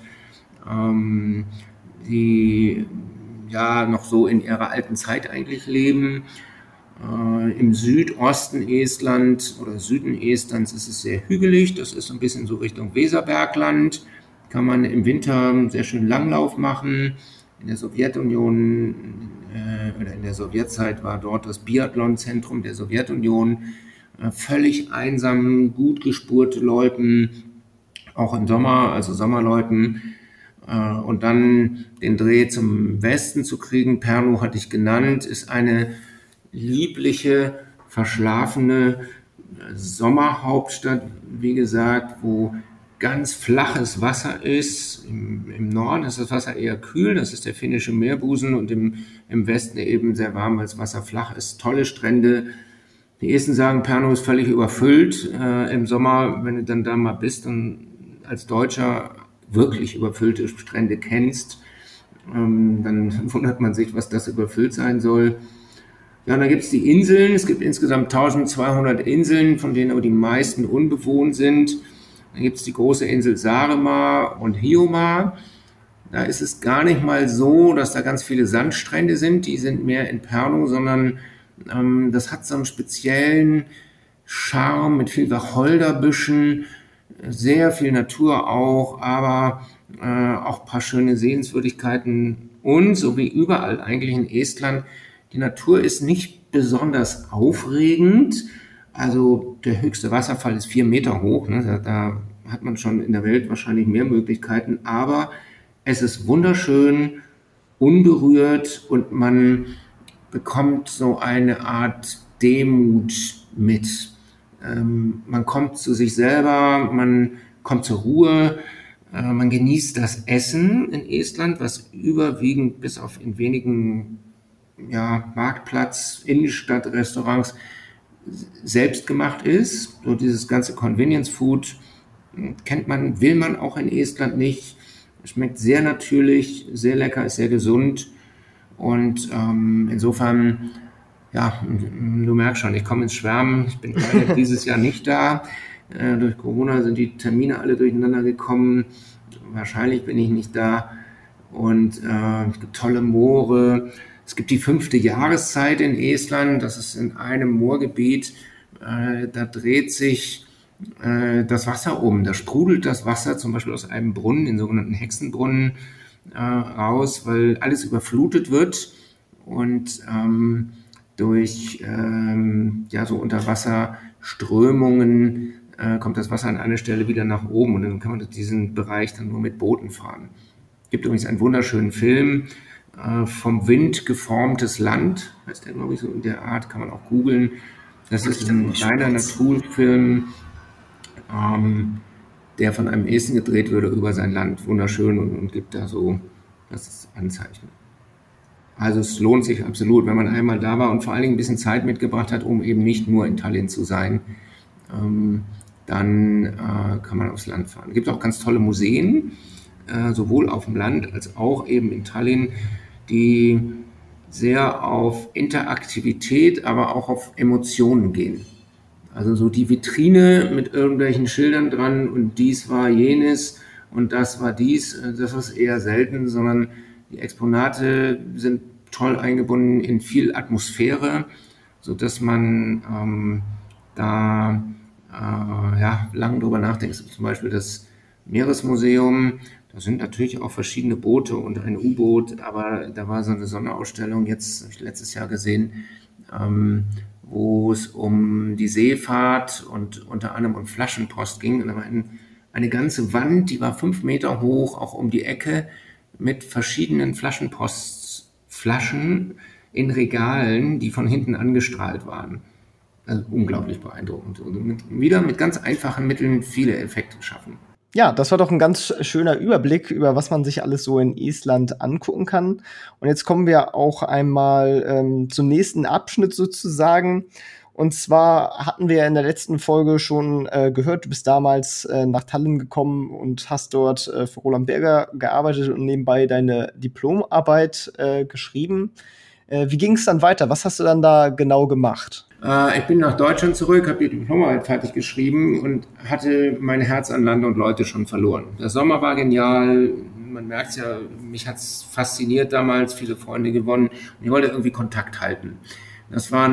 ähm, die ja noch so in ihrer alten Zeit eigentlich leben. Äh, Im Südosten Estland oder Süden Estlands ist es sehr hügelig, das ist ein bisschen so Richtung Weserbergland. Kann man im Winter sehr schön Langlauf machen. In der Sowjetunion äh, oder in der Sowjetzeit war dort das Biathlonzentrum der Sowjetunion. Äh, völlig einsam, gut gespurte Loipen, auch im Sommer, also Sommerloipen. Äh, und dann den Dreh zum Westen zu kriegen, Pärnu hatte ich genannt, ist eine liebliche, verschlafene Sommerhauptstadt, wie gesagt, wo ganz flaches Wasser ist. Im, im Norden ist das Wasser eher kühl, das ist der finnische Meerbusen, und im, im Westen eben sehr warm, weil das Wasser flach ist. Tolle Strände. Die Esten sagen, Pärnu ist völlig überfüllt äh, im Sommer. Wenn du dann da mal bist und als Deutscher wirklich überfüllte Strände kennst, ähm, dann wundert man sich, was das überfüllt sein soll. Ja, dann gibt es die Inseln. Es gibt insgesamt eintausendzweihundert Inseln, von denen aber die meisten unbewohnt sind. Dann gibt es die große Insel Saaremaa und Hiiumaa. Da ist es gar nicht mal so, dass da ganz viele Sandstrände sind. Die sind mehr in Pärnu, sondern ähm, das hat so einen speziellen Charme mit viel Wacholderbüschen, sehr viel Natur auch, aber äh, auch ein paar schöne Sehenswürdigkeiten. Und so wie überall eigentlich in Estland, die Natur ist nicht besonders aufregend. Also der höchste Wasserfall ist vier Meter hoch, ne? da, da hat man schon in der Welt wahrscheinlich mehr Möglichkeiten, aber es ist wunderschön, unberührt, und man bekommt so eine Art Demut mit. Ähm, man kommt zu sich selber, man kommt zur Ruhe, Äh, man genießt das Essen in Estland, was überwiegend bis auf in wenigen ja, Marktplatz, Innenstadtrestaurants selbst gemacht ist. So dieses ganze Convenience Food kennt man, will man auch in Estland nicht. Schmeckt sehr natürlich, sehr lecker, ist sehr gesund. Und ähm, insofern, ja, du merkst schon, ich komme ins Schwärmen. Ich bin leider dieses Jahr nicht da. Äh, durch Corona sind die Termine alle durcheinander gekommen. Wahrscheinlich bin ich nicht da. Und äh, es gibt tolle Moore. Es gibt die fünfte Jahreszeit in Estland. Das ist in einem Moorgebiet. Äh, da dreht sich äh, das Wasser um. Da sprudelt das Wasser zum Beispiel aus einem Brunnen, den sogenannten Hexenbrunnen, äh, raus, weil alles überflutet wird. Und ähm, durch ähm, ja, so Unterwasserströmungen äh, kommt das Wasser an einer Stelle wieder nach oben. Und dann kann man diesen Bereich dann nur mit Booten fahren. Es gibt übrigens einen wunderschönen Film, äh, Vom Wind geformtes Land, heißt der, glaube ich, so in der Art, kann man auch googeln. Das ist ein kleiner Naturfilm, ähm, der von einem Esten gedreht würde über sein Land. Wunderschön und, und gibt da so das Anzeichen. Also es lohnt sich absolut, wenn man einmal da war und vor allen Dingen ein bisschen Zeit mitgebracht hat, um eben nicht nur in Tallinn zu sein. Ähm, dann äh, kann man aufs Land fahren. Es gibt auch ganz tolle Museen, äh, sowohl auf dem Land als auch eben in Tallinn, die sehr auf Interaktivität, aber auch auf Emotionen gehen. Also so die Vitrine mit irgendwelchen Schildern dran und dies war jenes und das war dies, das ist eher selten, sondern die Exponate sind toll eingebunden in viel Atmosphäre, sodass man ähm, da äh, ja, lang drüber nachdenkt. Zum Beispiel das Meeresmuseum, da sind natürlich auch verschiedene Boote und ein U-Boot, aber da war so eine Sonderausstellung, jetzt habe ich letztes Jahr gesehen, ähm, wo es um die Seefahrt und unter anderem um Flaschenpost ging. Und da war ein, eine ganze Wand, die war fünf Meter hoch, auch um die Ecke, mit verschiedenen Flaschenpostflaschen in Regalen, die von hinten angestrahlt waren. Also unglaublich beeindruckend. Und mit, wieder mit ganz einfachen Mitteln viele Effekte schaffen. Ja, das war doch ein ganz schöner Überblick über was man sich alles so in Estland angucken kann. Und jetzt kommen wir auch einmal ähm, zum nächsten Abschnitt sozusagen. Und zwar hatten wir in der letzten Folge schon äh, gehört, du bist damals äh, nach Tallinn gekommen und hast dort äh, für Roland Berger gearbeitet und nebenbei deine Diplomarbeit äh, geschrieben. Äh, wie ging es dann weiter? Was hast du dann da genau gemacht? Ich bin nach Deutschland zurück, habe die Diplomarbeit fertig geschrieben und hatte mein Herz an Land und Leute schon verloren. Der Sommer war genial, man merkt es ja, mich hat es fasziniert damals, viele Freunde gewonnen und ich wollte irgendwie Kontakt halten. Das war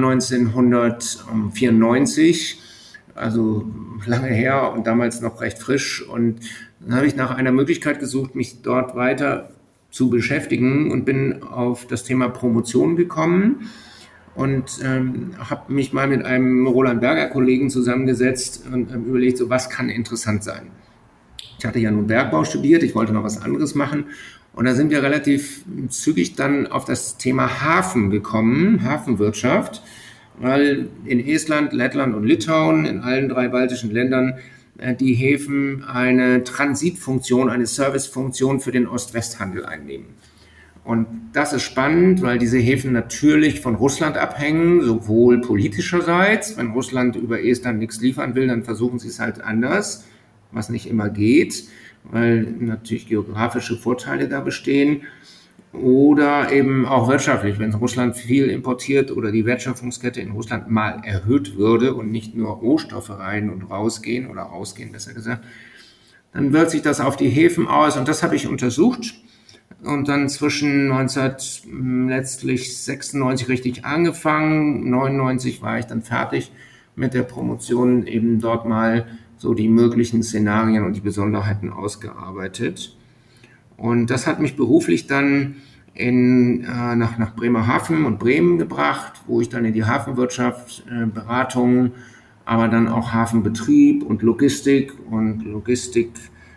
neunzehnhundertvierundneunzig, also lange her und damals noch recht frisch. Und dann habe ich nach einer Möglichkeit gesucht, mich dort weiter zu beschäftigen und bin auf das Thema Promotion gekommen. Und ähm, habe mich mal mit einem Roland Berger Kollegen zusammengesetzt und ähm, überlegt, so was kann interessant sein. Ich hatte ja nun Bergbau studiert, ich wollte noch was anderes machen und da sind wir relativ zügig dann auf das Thema Hafen gekommen, Hafenwirtschaft, weil in Estland, Lettland und Litauen, in allen drei baltischen Ländern, äh, die Häfen eine Transitfunktion, eine Servicefunktion für den Ost-West-Handel einnehmen. Und das ist spannend, weil diese Häfen natürlich von Russland abhängen, sowohl politischerseits. Wenn Russland über Estland nichts liefern will, dann versuchen sie es halt anders, was nicht immer geht, weil natürlich geografische Vorteile da bestehen. Oder eben auch wirtschaftlich, wenn Russland viel importiert oder die Wertschöpfungskette in Russland mal erhöht würde und nicht nur Rohstoffe rein und rausgehen oder rausgehen, besser gesagt, dann wirkt sich das auf die Häfen aus. Und das habe ich untersucht. Und dann zwischen neunzehnhundertsechsundneunzig richtig angefangen, neunundneunzig war ich dann fertig mit der Promotion, eben dort mal so die möglichen Szenarien und die Besonderheiten ausgearbeitet. Und das hat mich beruflich dann in, äh, nach, nach Bremerhaven und Bremen gebracht, wo ich dann in die Hafenwirtschaft, äh, Beratung, aber dann auch Hafenbetrieb und Logistik und Logistik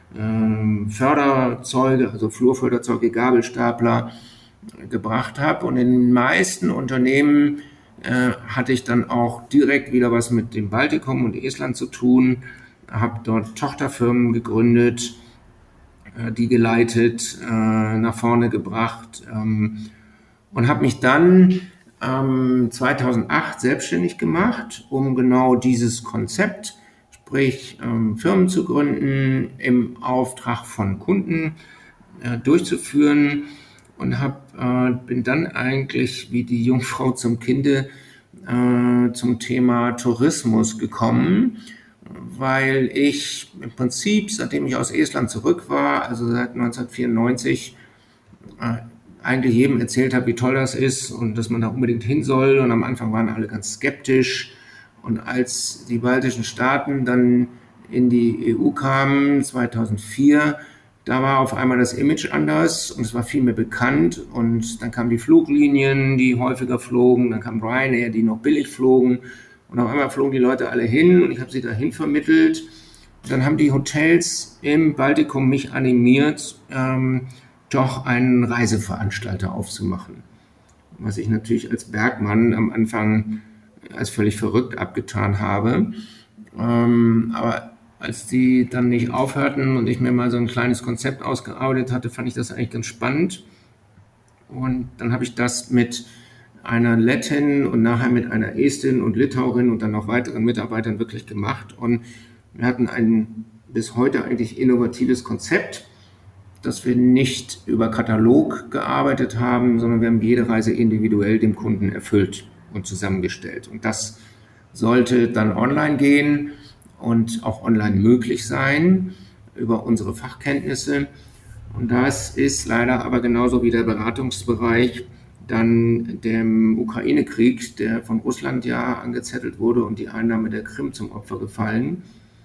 Förderzeuge, also Flurförderzeuge, Gabelstapler gebracht habe. Und in den meisten Unternehmen äh, hatte ich dann auch direkt wieder was mit dem Baltikum und Estland zu tun, habe dort Tochterfirmen gegründet äh, die geleitet, äh, nach vorne gebracht ähm, und habe mich dann ähm, zweitausendacht selbstständig gemacht, um genau dieses Konzept, sprich ähm, Firmen zu gründen, im Auftrag von Kunden äh, durchzuführen und hab, äh, bin dann eigentlich wie die Jungfrau zum Kinde äh, zum Thema Tourismus gekommen, weil ich im Prinzip, seitdem ich aus Estland zurück war, also seit neunzehnhundertvierundneunzig, äh, eigentlich jedem erzählt habe, wie toll das ist und dass man da unbedingt hin soll. Und am Anfang waren alle ganz skeptisch. Und als die baltischen Staaten dann in die E U kamen, zweitausendvier, da war auf einmal das Image anders und es war viel mehr bekannt. Und dann kamen die Fluglinien, die häufiger flogen, dann kam Ryanair, die noch billig flogen. Und auf einmal flogen die Leute alle hin und ich habe sie dahin vermittelt. Dann haben die Hotels im Baltikum mich animiert, ähm, doch einen Reiseveranstalter aufzumachen. Was ich natürlich als Bergmann am Anfang als völlig verrückt abgetan habe. Ähm, aber als die dann nicht aufhörten und ich mir mal so ein kleines Konzept ausgearbeitet hatte, fand ich das eigentlich ganz spannend. Und dann habe ich das mit einer Lettin und nachher mit einer Estin und Litauerin und dann noch weiteren Mitarbeitern wirklich gemacht. Und wir hatten ein bis heute eigentlich innovatives Konzept, dass wir nicht über Katalog gearbeitet haben, sondern wir haben jede Reise individuell dem Kunden erfüllt und zusammengestellt. Und das sollte dann online gehen und auch online möglich sein über unsere Fachkenntnisse. Und das ist leider aber genauso wie der Beratungsbereich dann dem Ukraine-Krieg, der von Russland ja angezettelt wurde und die Einnahme der Krim zum Opfer gefallen,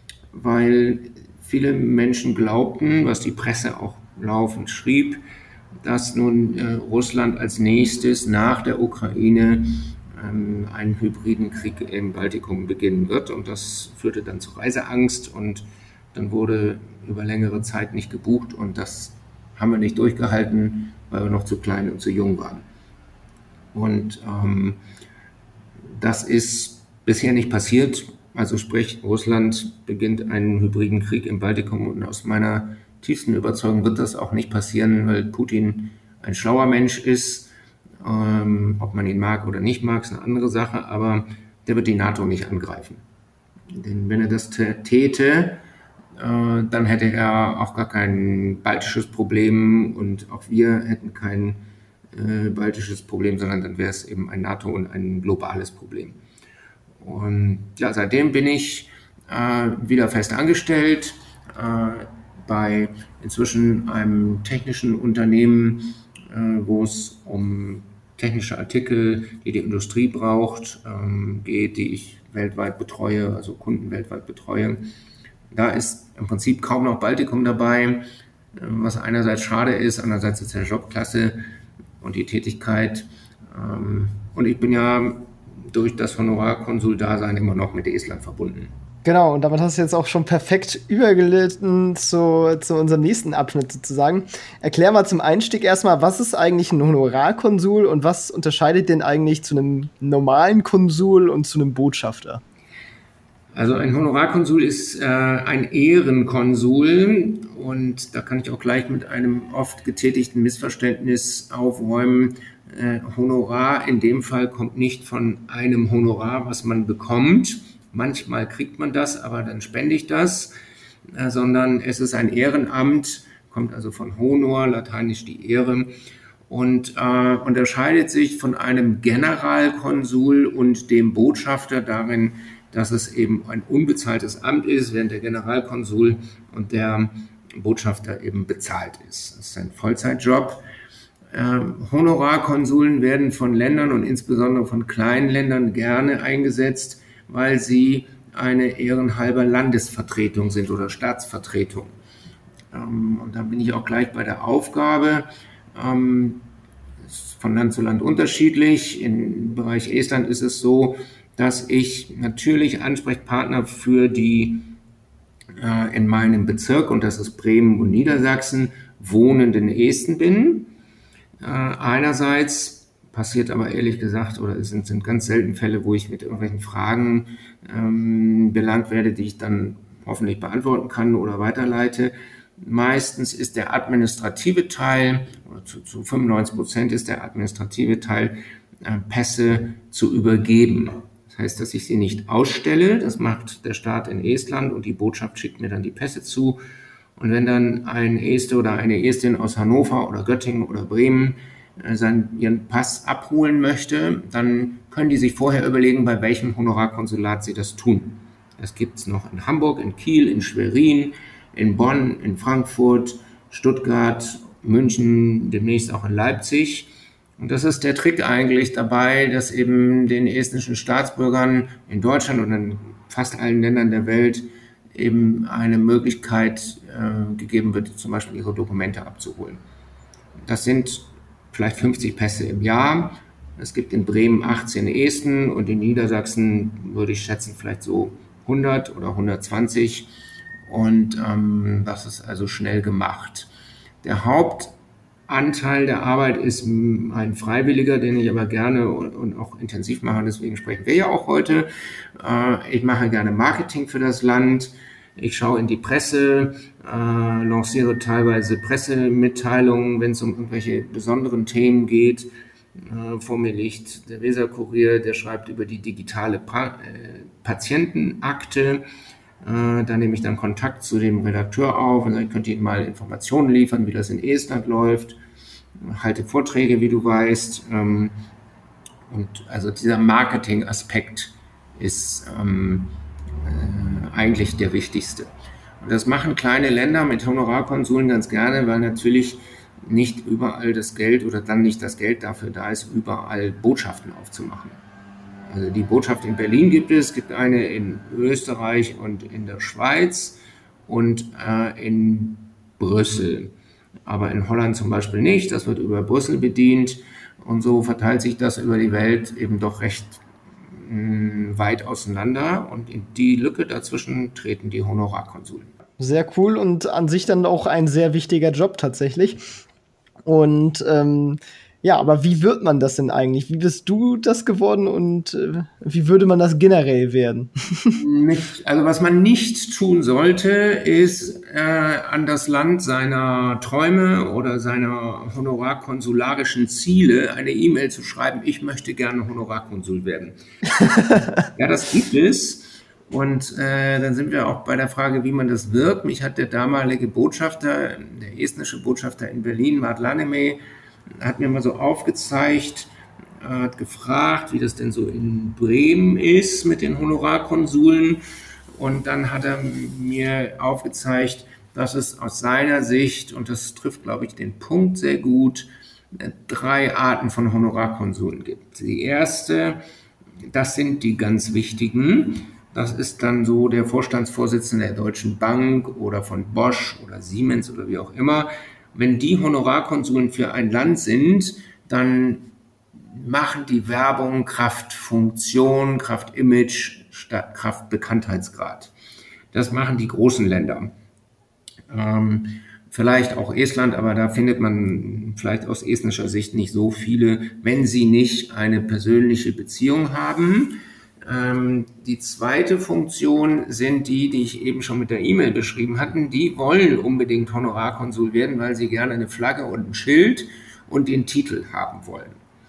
weil viele Menschen glaubten, was die Presse auch laufend schrieb, dass nun äh, Russland als nächstes nach der Ukraine ähm, einen hybriden Krieg im Baltikum beginnen wird. Und das führte dann zu Reiseangst und dann wurde über längere Zeit nicht gebucht und das haben wir nicht durchgehalten, weil wir noch zu klein und zu jung waren. Und ähm, das ist bisher nicht passiert. Also sprich, Russland beginnt einen hybriden Krieg im Baltikum und aus meiner tiefsten Überzeugung wird das auch nicht passieren, weil Putin ein schlauer Mensch ist. Ähm, ob man ihn mag oder nicht mag, ist eine andere Sache, aber der wird die NATO nicht angreifen. Denn wenn er das täte, äh, dann hätte er auch gar kein baltisches Problem und auch wir hätten kein äh, baltisches Problem, sondern dann wäre es eben ein NATO- und ein globales Problem. Und ja, seitdem bin ich äh, wieder fest angestellt äh, bei inzwischen einem technischen Unternehmen, äh, wo es um technische Artikel, die die Industrie braucht, ähm, geht, die ich weltweit betreue, also Kunden weltweit betreue. Da ist im Prinzip kaum noch Baltikum dabei, äh, was einerseits schade ist, andererseits ist der Jobklasse und die Tätigkeit. Ähm, und ich bin ja durch das Honorarkonsul-Dasein immer noch mit Estland verbunden. Genau, und damit hast du jetzt auch schon perfekt übergelitten zu, zu unserem nächsten Abschnitt sozusagen. Erklär mal zum Einstieg erstmal, was ist eigentlich ein Honorarkonsul und was unterscheidet den eigentlich zu einem normalen Konsul und zu einem Botschafter? Also ein Honorarkonsul ist äh, ein Ehrenkonsul und da kann ich auch gleich mit einem oft getätigten Missverständnis aufräumen. Äh, Honorar in dem Fall kommt nicht von einem Honorar, was man bekommt. Manchmal kriegt man das, aber dann spende ich das, äh, sondern es ist ein Ehrenamt, kommt also von Honor, lateinisch die Ehre, und äh, unterscheidet sich von einem Generalkonsul und dem Botschafter darin, dass es eben ein unbezahltes Amt ist, während der Generalkonsul und der Botschafter eben bezahlt ist. Das ist ein Vollzeitjob. Äh, Honorarkonsuln werden von Ländern und insbesondere von kleinen Ländern gerne eingesetzt, weil sie eine ehrenhalber Landesvertretung sind oder Staatsvertretung. Ähm, und da bin ich auch gleich bei der Aufgabe. Ähm, ist von Land zu Land unterschiedlich. Im Bereich Estland ist es so, dass ich natürlich Ansprechpartner für die äh, in meinem Bezirk, und das ist Bremen und Niedersachsen, wohnenden Esten bin. Äh, einerseits passiert aber ehrlich gesagt, oder es sind, sind ganz selten Fälle, wo ich mit irgendwelchen Fragen ähm, belangt werde, die ich dann hoffentlich beantworten kann oder weiterleite. Meistens ist der administrative Teil, oder zu, zu fünfundneunzig Prozent ist der administrative Teil, äh, Pässe zu übergeben. Das heißt, dass ich sie nicht ausstelle, das macht der Staat in Estland und die Botschaft schickt mir dann die Pässe zu. Und wenn dann ein Este oder eine Estin aus Hannover oder Göttingen oder Bremen äh, seinen, ihren Pass abholen möchte, dann können die sich vorher überlegen, bei welchem Honorarkonsulat sie das tun. Das gibt es noch in Hamburg, in Kiel, in Schwerin, in Bonn, in Frankfurt, Stuttgart, München, demnächst auch in Leipzig. Und das ist der Trick eigentlich dabei, dass eben den estnischen Staatsbürgern in Deutschland und in fast allen Ländern der Welt eben eine Möglichkeit äh, gegeben wird, zum Beispiel ihre Dokumente abzuholen. Das sind vielleicht fünfzig Pässe im Jahr. Es gibt in Bremen achtzehn Esten und in Niedersachsen würde ich schätzen vielleicht so hundert oder hundertzwanzig. Und ähm, das ist also schnell gemacht. Der Hauptanteil der Arbeit ist ein Freiwilliger, den ich aber gerne und, und auch intensiv mache. Deswegen sprechen wir ja auch heute. Äh, ich mache gerne Marketing für das Land. Ich schaue in die Presse, äh, lanciere teilweise Pressemitteilungen, wenn es um irgendwelche besonderen Themen geht. Äh, vor mir liegt der Weser-Kurier, der schreibt über die digitale pa- äh, Patientenakte. Äh, da nehme ich dann Kontakt zu dem Redakteur auf und dann könnt ihr ihm mal Informationen liefern, wie das in Estland läuft. Halte Vorträge, wie du weißt. Ähm, und also dieser Marketing-Aspekt ist ähm, äh, eigentlich der wichtigste. Und das machen kleine Länder mit Honorarkonsuln ganz gerne, weil natürlich nicht überall das Geld oder dann nicht das Geld dafür da ist, überall Botschaften aufzumachen. Also die Botschaft in Berlin gibt es, es gibt eine in Österreich und in der Schweiz und äh, in Brüssel. Aber in Holland zum Beispiel nicht, das wird über Brüssel bedient und so verteilt sich das über die Welt eben doch recht mh, weit auseinander und in die Lücke dazwischen treten die Honorarkonsuln. Sehr cool und an sich dann auch ein sehr wichtiger Job tatsächlich. Und ähm, ja, aber wie wird man das denn eigentlich? Wie bist du das geworden und äh, wie würde man das generell werden? Nicht, also was man nicht tun sollte, ist äh, an das Land seiner Träume oder seiner honorarkonsularischen Ziele eine E-Mail zu schreiben, ich möchte gerne Honorarkonsul werden. Ja, das gibt es. Und äh, dann sind wir auch bei der Frage, wie man das wird. Mich hat der damalige Botschafter, der estnische Botschafter in Berlin, Mart Lanimäe, hat mir mal so aufgezeigt, hat gefragt, wie das denn so in Bremen ist mit den Honorarkonsuln. Und dann hat er mir aufgezeigt, dass es aus seiner Sicht, und das trifft, glaube ich, den Punkt sehr gut, drei Arten von Honorarkonsuln gibt. Die erste, das sind die ganz wichtigen. Das ist dann so der Vorstandsvorsitzende der Deutschen Bank oder von Bosch oder Siemens oder wie auch immer. Wenn die Honorarkonsuln für ein Land sind, dann machen die Werbung Kraft Funktion, Kraft Image, statt Kraft Bekanntheitsgrad. Das machen die großen Länder. Ähm, vielleicht auch Estland, aber da findet man vielleicht aus estnischer Sicht nicht so viele, wenn sie nicht eine persönliche Beziehung haben. Ähm, die zweite Funktion sind die, die ich eben schon mit der E-Mail beschrieben hatte. Die wollen unbedingt Honorarkonsul werden, weil sie gerne eine Flagge und ein Schild und den Titel haben wollen.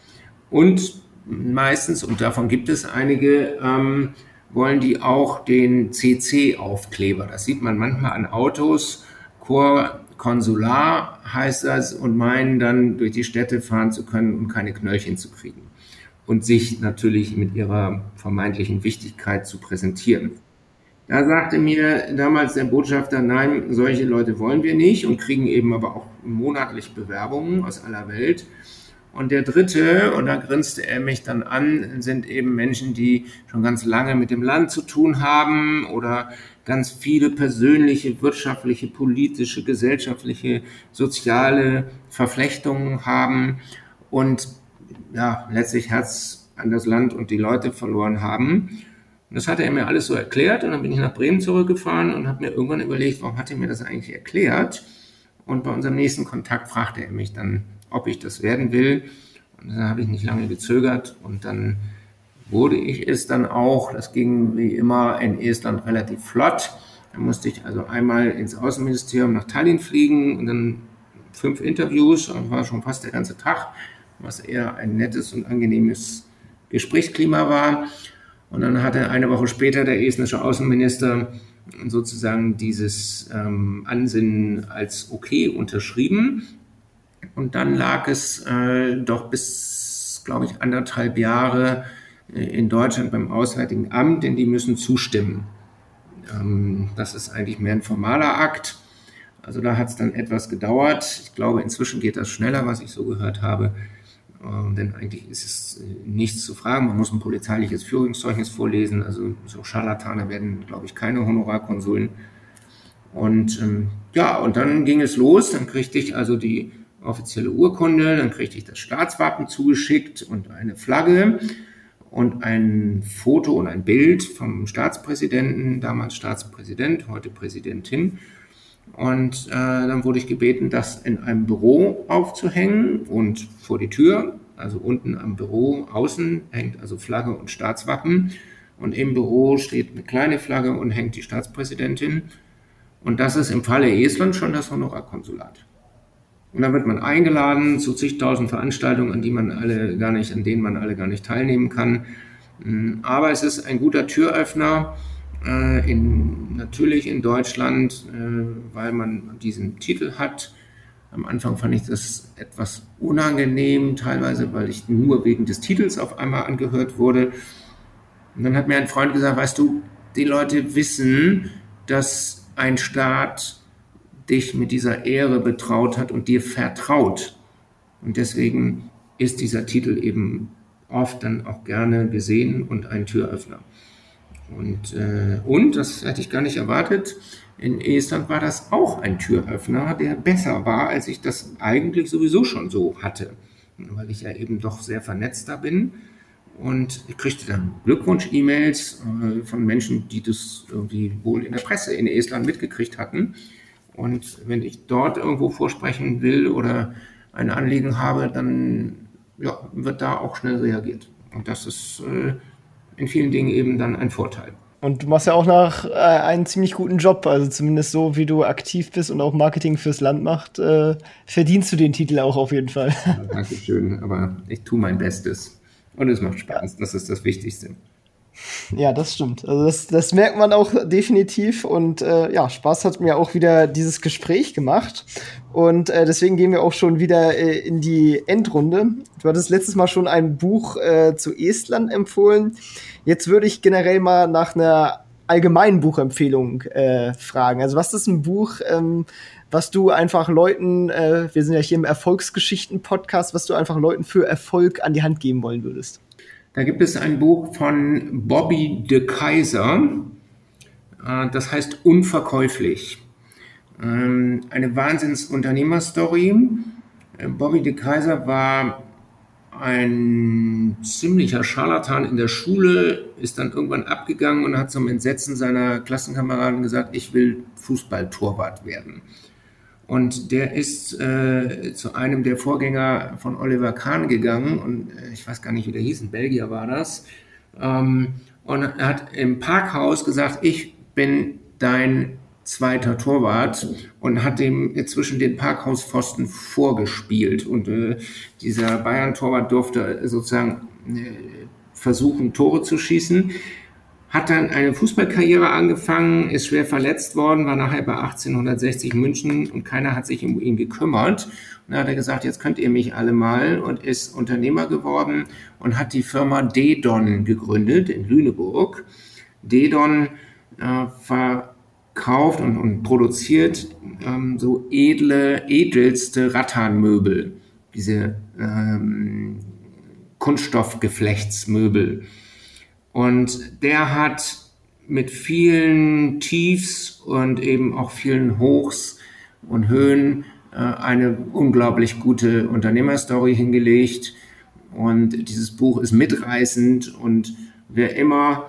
Und meistens, und davon gibt es einige, ähm, wollen die auch den C C-Aufkleber. Das sieht man manchmal an Autos. Corps Consular heißt das und meinen dann durch die Städte fahren zu können, um keine Knöllchen zu kriegen. Und sich natürlich mit ihrer vermeintlichen Wichtigkeit zu präsentieren. Da sagte mir damals der Botschafter, nein, solche Leute wollen wir nicht und kriegen eben aber auch monatlich Bewerbungen aus aller Welt. Und der dritte, und da grinste er mich dann an, sind eben Menschen, die schon ganz lange mit dem Land zu tun haben oder ganz viele persönliche, wirtschaftliche, politische, gesellschaftliche, soziale Verflechtungen haben und ja, letztlich Herz an das Land und die Leute verloren haben. Und das hatte er mir alles so erklärt und dann bin ich nach Bremen zurückgefahren und habe mir irgendwann überlegt, warum hat er mir das eigentlich erklärt? Und bei unserem nächsten Kontakt fragte er mich dann, ob ich das werden will. Und dann habe ich nicht lange gezögert und dann wurde ich es dann auch. Das ging wie immer in Estland relativ flott. Da musste ich also einmal ins Außenministerium nach Tallinn fliegen und dann fünf Interviews, das war schon fast der ganze Tag, was eher ein nettes und angenehmes Gesprächsklima war. Und dann hatte eine Woche später der estnische Außenminister sozusagen dieses ähm, Ansinnen als okay unterschrieben. Und dann lag es äh, doch bis, glaube ich, anderthalb Jahre äh, in Deutschland beim Auswärtigen Amt, denn die müssen zustimmen. Ähm, das ist eigentlich mehr ein formaler Akt. Also da hat es dann etwas gedauert. Ich glaube, inzwischen geht das schneller, was ich so gehört habe. Ähm, denn eigentlich ist es äh, nichts zu fragen. Man muss ein polizeiliches Führungszeugnis vorlesen. Also so Scharlatane werden, glaube ich, keine Honorarkonsuln. Und ähm, ja, und dann ging es los. Dann kriegte ich also die offizielle Urkunde, dann kriegte ich das Staatswappen zugeschickt und eine Flagge und ein Foto und ein Bild vom Staatspräsidenten, damals Staatspräsident, heute Präsidentin. Und äh, dann wurde ich gebeten, das in einem Büro aufzuhängen und vor die Tür, also unten am Büro außen hängt also Flagge und Staatswappen und im Büro steht eine kleine Flagge und hängt die Staatspräsidentin. Und das ist im Falle Estland schon das Honorarkonsulat. Und dann wird man eingeladen zu zigtausend Veranstaltungen, an die man alle gar nicht, an denen man alle gar nicht teilnehmen kann. Aber es ist ein guter Türöffner, äh, in, natürlich in Deutschland, äh, weil man diesen Titel hat. Am Anfang fand ich das etwas unangenehm, teilweise, weil ich nur wegen des Titels auf einmal angehört wurde. Und dann hat mir ein Freund gesagt, weißt du, die Leute wissen, dass ein Staat dich mit dieser Ehre betraut hat und dir vertraut. Und deswegen ist dieser Titel eben oft dann auch gerne gesehen und ein Türöffner. Und, äh, und, das hätte ich gar nicht erwartet, in Estland war das auch ein Türöffner, der besser war, als ich das eigentlich sowieso schon so hatte. Weil ich ja eben doch sehr vernetzter bin. Und ich kriegte dann Glückwunsch-E-Mails äh, von Menschen, die das irgendwie wohl in der Presse in Estland mitgekriegt hatten. Und wenn ich dort irgendwo vorsprechen will oder ein Anliegen habe, dann ja, wird da auch schnell reagiert. Und das ist äh, in vielen Dingen eben dann ein Vorteil. Und du machst ja auch nach äh, einen ziemlich guten Job, also zumindest so, wie du aktiv bist und auch Marketing fürs Land machst, äh, verdienst du den Titel auch auf jeden Fall. Ja, Dankeschön, aber ich tue mein Bestes. Und es macht Spaß, das ist das Wichtigste. Ja, das stimmt. Also das, das merkt man auch definitiv. Und äh, ja, Spaß hat mir auch wieder dieses Gespräch gemacht. Und äh, deswegen gehen wir auch schon wieder äh, in die Endrunde. Du hattest letztes Mal schon ein Buch äh, zu Estland empfohlen. Jetzt würde ich generell mal nach einer allgemeinen Buchempfehlung äh, fragen. Also was ist ein Buch, ähm, was du einfach Leuten, äh, wir sind ja hier im Erfolgsgeschichten-Podcast, was du einfach Leuten für Erfolg an die Hand geben wollen würdest? Da gibt es ein Buch von Bobby de Keyser, das heißt Unverkäuflich. Eine Wahnsinns-Unternehmerstory. Bobby de Keyser war ein ziemlicher Scharlatan in der Schule, ist dann irgendwann abgegangen und hat zum Entsetzen seiner Klassenkameraden gesagt, ich will Fußballtorwart werden. Und der ist äh, zu einem der Vorgänger von Oliver Kahn gegangen und äh, ich weiß gar nicht, wie der hieß, ein Belgier war das. Ähm, und er hat im Parkhaus gesagt, ich bin dein zweiter Torwart und hat dem zwischen den Parkhauspfosten vorgespielt. Und äh, dieser Bayern-Torwart durfte sozusagen äh, versuchen, Tore zu schießen. Hat dann eine Fußballkarriere angefangen, ist schwer verletzt worden, war nachher bei achtzehnhundertsechzig München und keiner hat sich um ihn gekümmert. Und dann hat er gesagt, jetzt könnt ihr mich alle mal und ist Unternehmer geworden und hat die Firma Dedon gegründet in Lüneburg. Dedon äh, verkauft und, und produziert ähm, so edle, edelste Rattanmöbel, diese ähm, Kunststoffgeflechtsmöbel. Und der hat mit vielen Tiefs und eben auch vielen Hochs und Höhen äh, eine unglaublich gute Unternehmerstory hingelegt. Und dieses Buch ist mitreißend und wer immer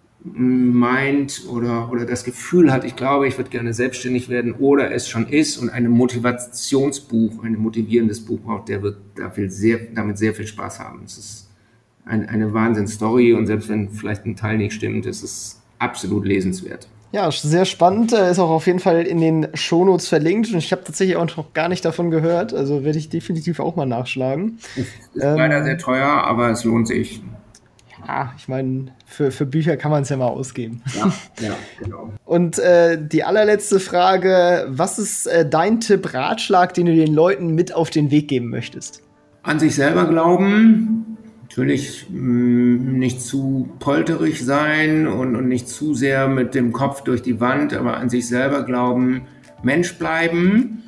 meint oder, oder das Gefühl hat, ich glaube, ich würde gerne selbstständig werden oder es schon ist und ein Motivationsbuch, ein motivierendes Buch braucht, der wird dafür sehr, damit sehr viel Spaß haben. Es ist Ein, eine Wahnsinnsstory und selbst wenn vielleicht ein Teil nicht stimmt, ist es absolut lesenswert. Ja, sehr spannend. Ist auch auf jeden Fall in den Shownotes verlinkt. Und ich habe tatsächlich auch noch gar nicht davon gehört. Also werde ich definitiv auch mal nachschlagen. Es ist ähm, leider sehr teuer, aber es lohnt sich. Ja, ich meine, für, für Bücher kann man es ja mal ausgeben. Ja, ja, genau. Und äh, die allerletzte Frage. Was ist äh, dein Tipp, Ratschlag, den du den Leuten mit auf den Weg geben möchtest? An sich selber glauben. Natürlich mh, nicht zu polterig sein und, und nicht zu sehr mit dem Kopf durch die Wand, aber an sich selber glauben, Mensch bleiben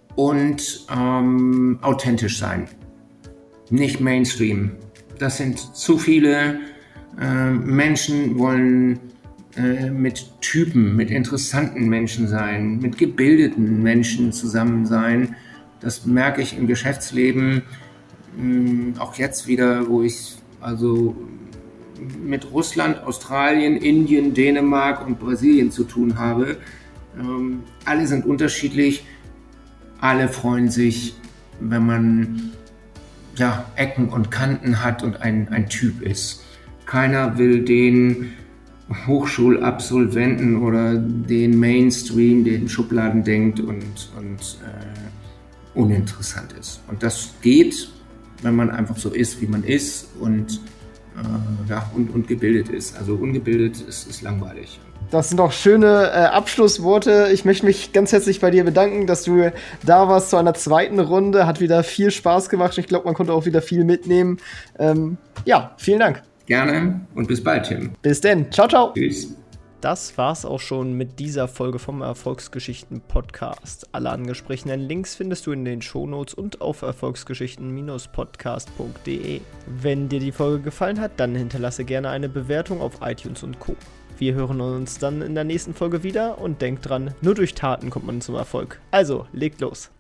und ähm, authentisch sein. Nicht Mainstream. Das sind zu viele äh, Menschen, wollen äh, mit Typen, mit interessanten Menschen sein, mit gebildeten Menschen zusammen sein. Das merke ich im Geschäftsleben. Auch jetzt wieder, wo ich also mit Russland, Australien, Indien, Dänemark und Brasilien zu tun habe. Ähm, alle sind unterschiedlich, alle freuen sich, wenn man ja, Ecken und Kanten hat und ein, ein Typ ist. Keiner will den Hochschulabsolventen oder den Mainstream, den Schubladen denkt und, und äh, uninteressant ist. Und das geht, wenn man einfach so ist, wie man ist und, äh, ja, und, und gebildet ist. Also ungebildet ist, ist langweilig. Das sind doch schöne äh, Abschlussworte. Ich möchte mich ganz herzlich bei dir bedanken, dass du da warst zu einer zweiten Runde. Hat wieder viel Spaß gemacht. Ich glaube, man konnte auch wieder viel mitnehmen. Ähm, ja, vielen Dank. Gerne und bis bald, Tim. Bis denn. Ciao, ciao. Tschüss. Das war's auch schon mit dieser Folge vom Erfolgsgeschichten-Podcast. Alle angesprochenen Links findest du in den Shownotes und auf erfolgsgeschichten Bindestrich podcast punkt de. Wenn dir die Folge gefallen hat, dann hinterlasse gerne eine Bewertung auf iTunes und Co. Wir hören uns dann in der nächsten Folge wieder und denkt dran, nur durch Taten kommt man zum Erfolg. Also, legt los.